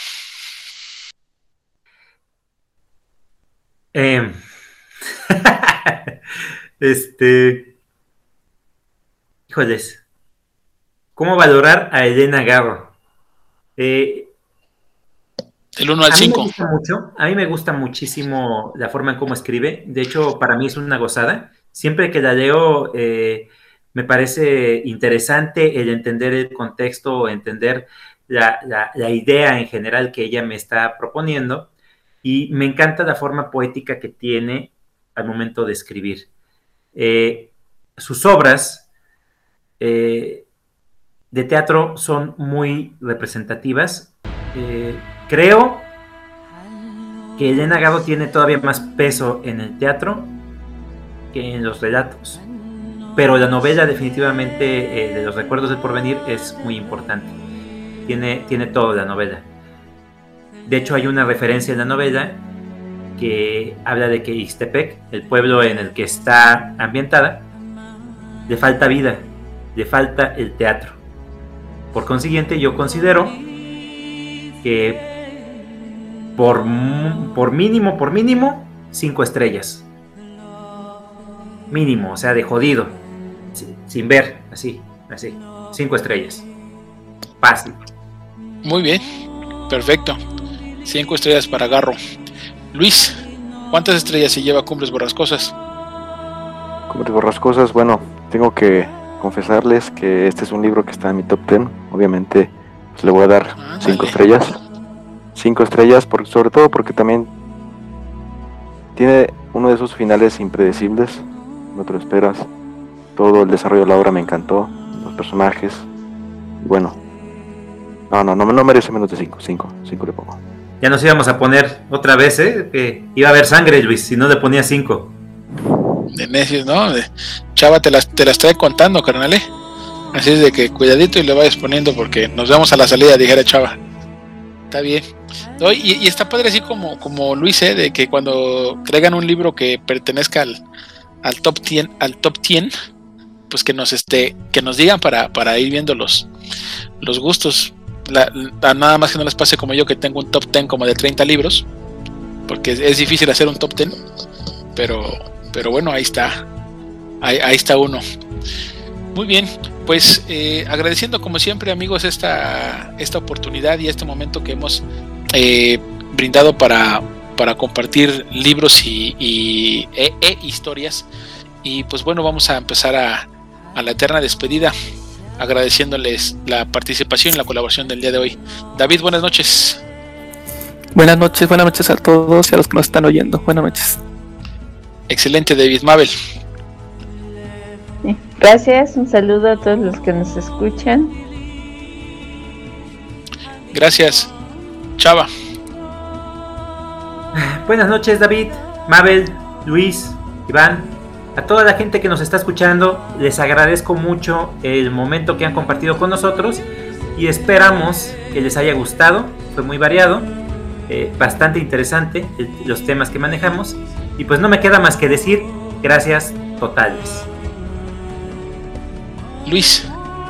Híjoles, ¿cómo valorar a Elena Garro? Del 1 al 5. A mí me gusta muchísimo la forma en cómo escribe. De hecho, para mí es una gozada. Siempre que la leo, me parece interesante el entender el contexto, entender la idea en general que ella me está proponiendo. Y me encanta la forma poética que tiene al momento de escribir. Sus obras de teatro son muy representativas. Creo que Elena Garro tiene todavía más peso en el teatro que en los relatos. Pero la novela definitivamente de Los Recuerdos del Porvenir es muy importante. Tiene todo la novela. De hecho, hay una referencia en la novela que habla de que Ixtepec, el pueblo en el que está ambientada, le falta vida, le falta el teatro. Por consiguiente, yo considero que por mínimo 5 estrellas. Mínimo, o sea, de jodido. Sin ver, así. 5 estrellas. Fácil. Muy bien, perfecto. 5 estrellas para Garro. Luis, ¿cuántas estrellas se lleva Cumbres Borrascosas? Cumbres Borrascosas, bueno, tengo que confesarles que este es un libro que está en mi top 10. Obviamente, pues le voy a dar 5 estrellas. 5 estrellas, sobre todo porque también tiene uno de esos finales impredecibles. No te lo esperas. Todo el desarrollo de la obra me encantó. Los personajes. Bueno, no merece menos de 5. 5 le pongo. Ya nos íbamos a poner otra vez, que iba a haber sangre, Luis, si no le ponía 5. De necios, ¿no? Chava, te las trae contando, carnal, Así es de que cuidadito y le vayas poniendo, porque nos vemos a la salida, dijera Chava. Está bien. No, y está padre así como Luis, de que cuando traigan un libro que pertenezca al top 10, pues que nos digan para ir viendo los gustos. Nada más que no les pase como yo, que tengo un top 10 como de 30 libros, porque es difícil hacer un top 10, pero bueno, ahí está uno. Muy bien, pues agradeciendo como siempre, amigos, esta oportunidad y este momento que hemos brindado para compartir libros y historias. Y pues bueno, vamos a empezar a la eterna despedida, agradeciéndoles la participación y la colaboración del día de hoy. David, buenas noches. Buenas noches a todos y a los que nos están oyendo. Buenas noches. Excelente, David. Mabel. Gracias, un saludo a todos los que nos escuchan. Gracias, Chava. Buenas noches, David, Mabel, Luis, Iván, a toda la gente que nos está escuchando. Les agradezco mucho el momento que han compartido con nosotros y esperamos que les haya gustado. Fue muy variado, bastante interesante los temas que manejamos, y pues no me queda más que decir gracias totales. Luis.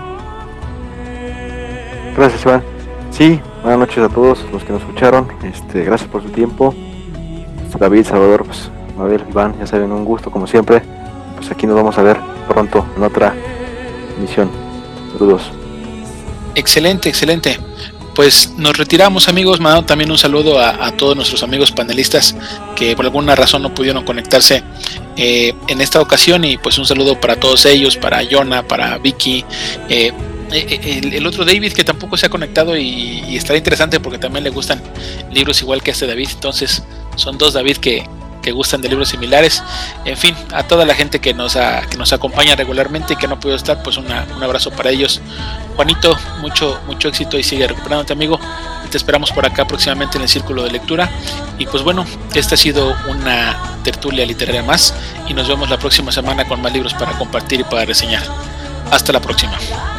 Gracias, Iván. Sí, buenas noches a todos los que nos escucharon. Gracias por su tiempo. David, Salvador, pues, Mabel, Iván, ya saben, un gusto como siempre. Pues aquí nos vamos a ver pronto en otra emisión. Saludos. Excelente. Pues nos retiramos, amigos, mandando también un saludo a todos nuestros amigos panelistas que por alguna razón no pudieron conectarse en esta ocasión, y pues un saludo para todos ellos, para Yona, para Vicky, el otro David que tampoco se ha conectado, y estará interesante porque también le gustan libros igual que este David. Entonces son dos David que gustan de libros similares. En fin, a toda la gente que nos acompaña regularmente y que no pudo estar, pues un abrazo para ellos. Juanito, mucho éxito y sigue recuperándote, amigo, y te esperamos por acá próximamente en el Círculo de Lectura. Y pues bueno, esta ha sido una tertulia literaria más, y nos vemos la próxima semana con más libros para compartir y para reseñar. Hasta la próxima.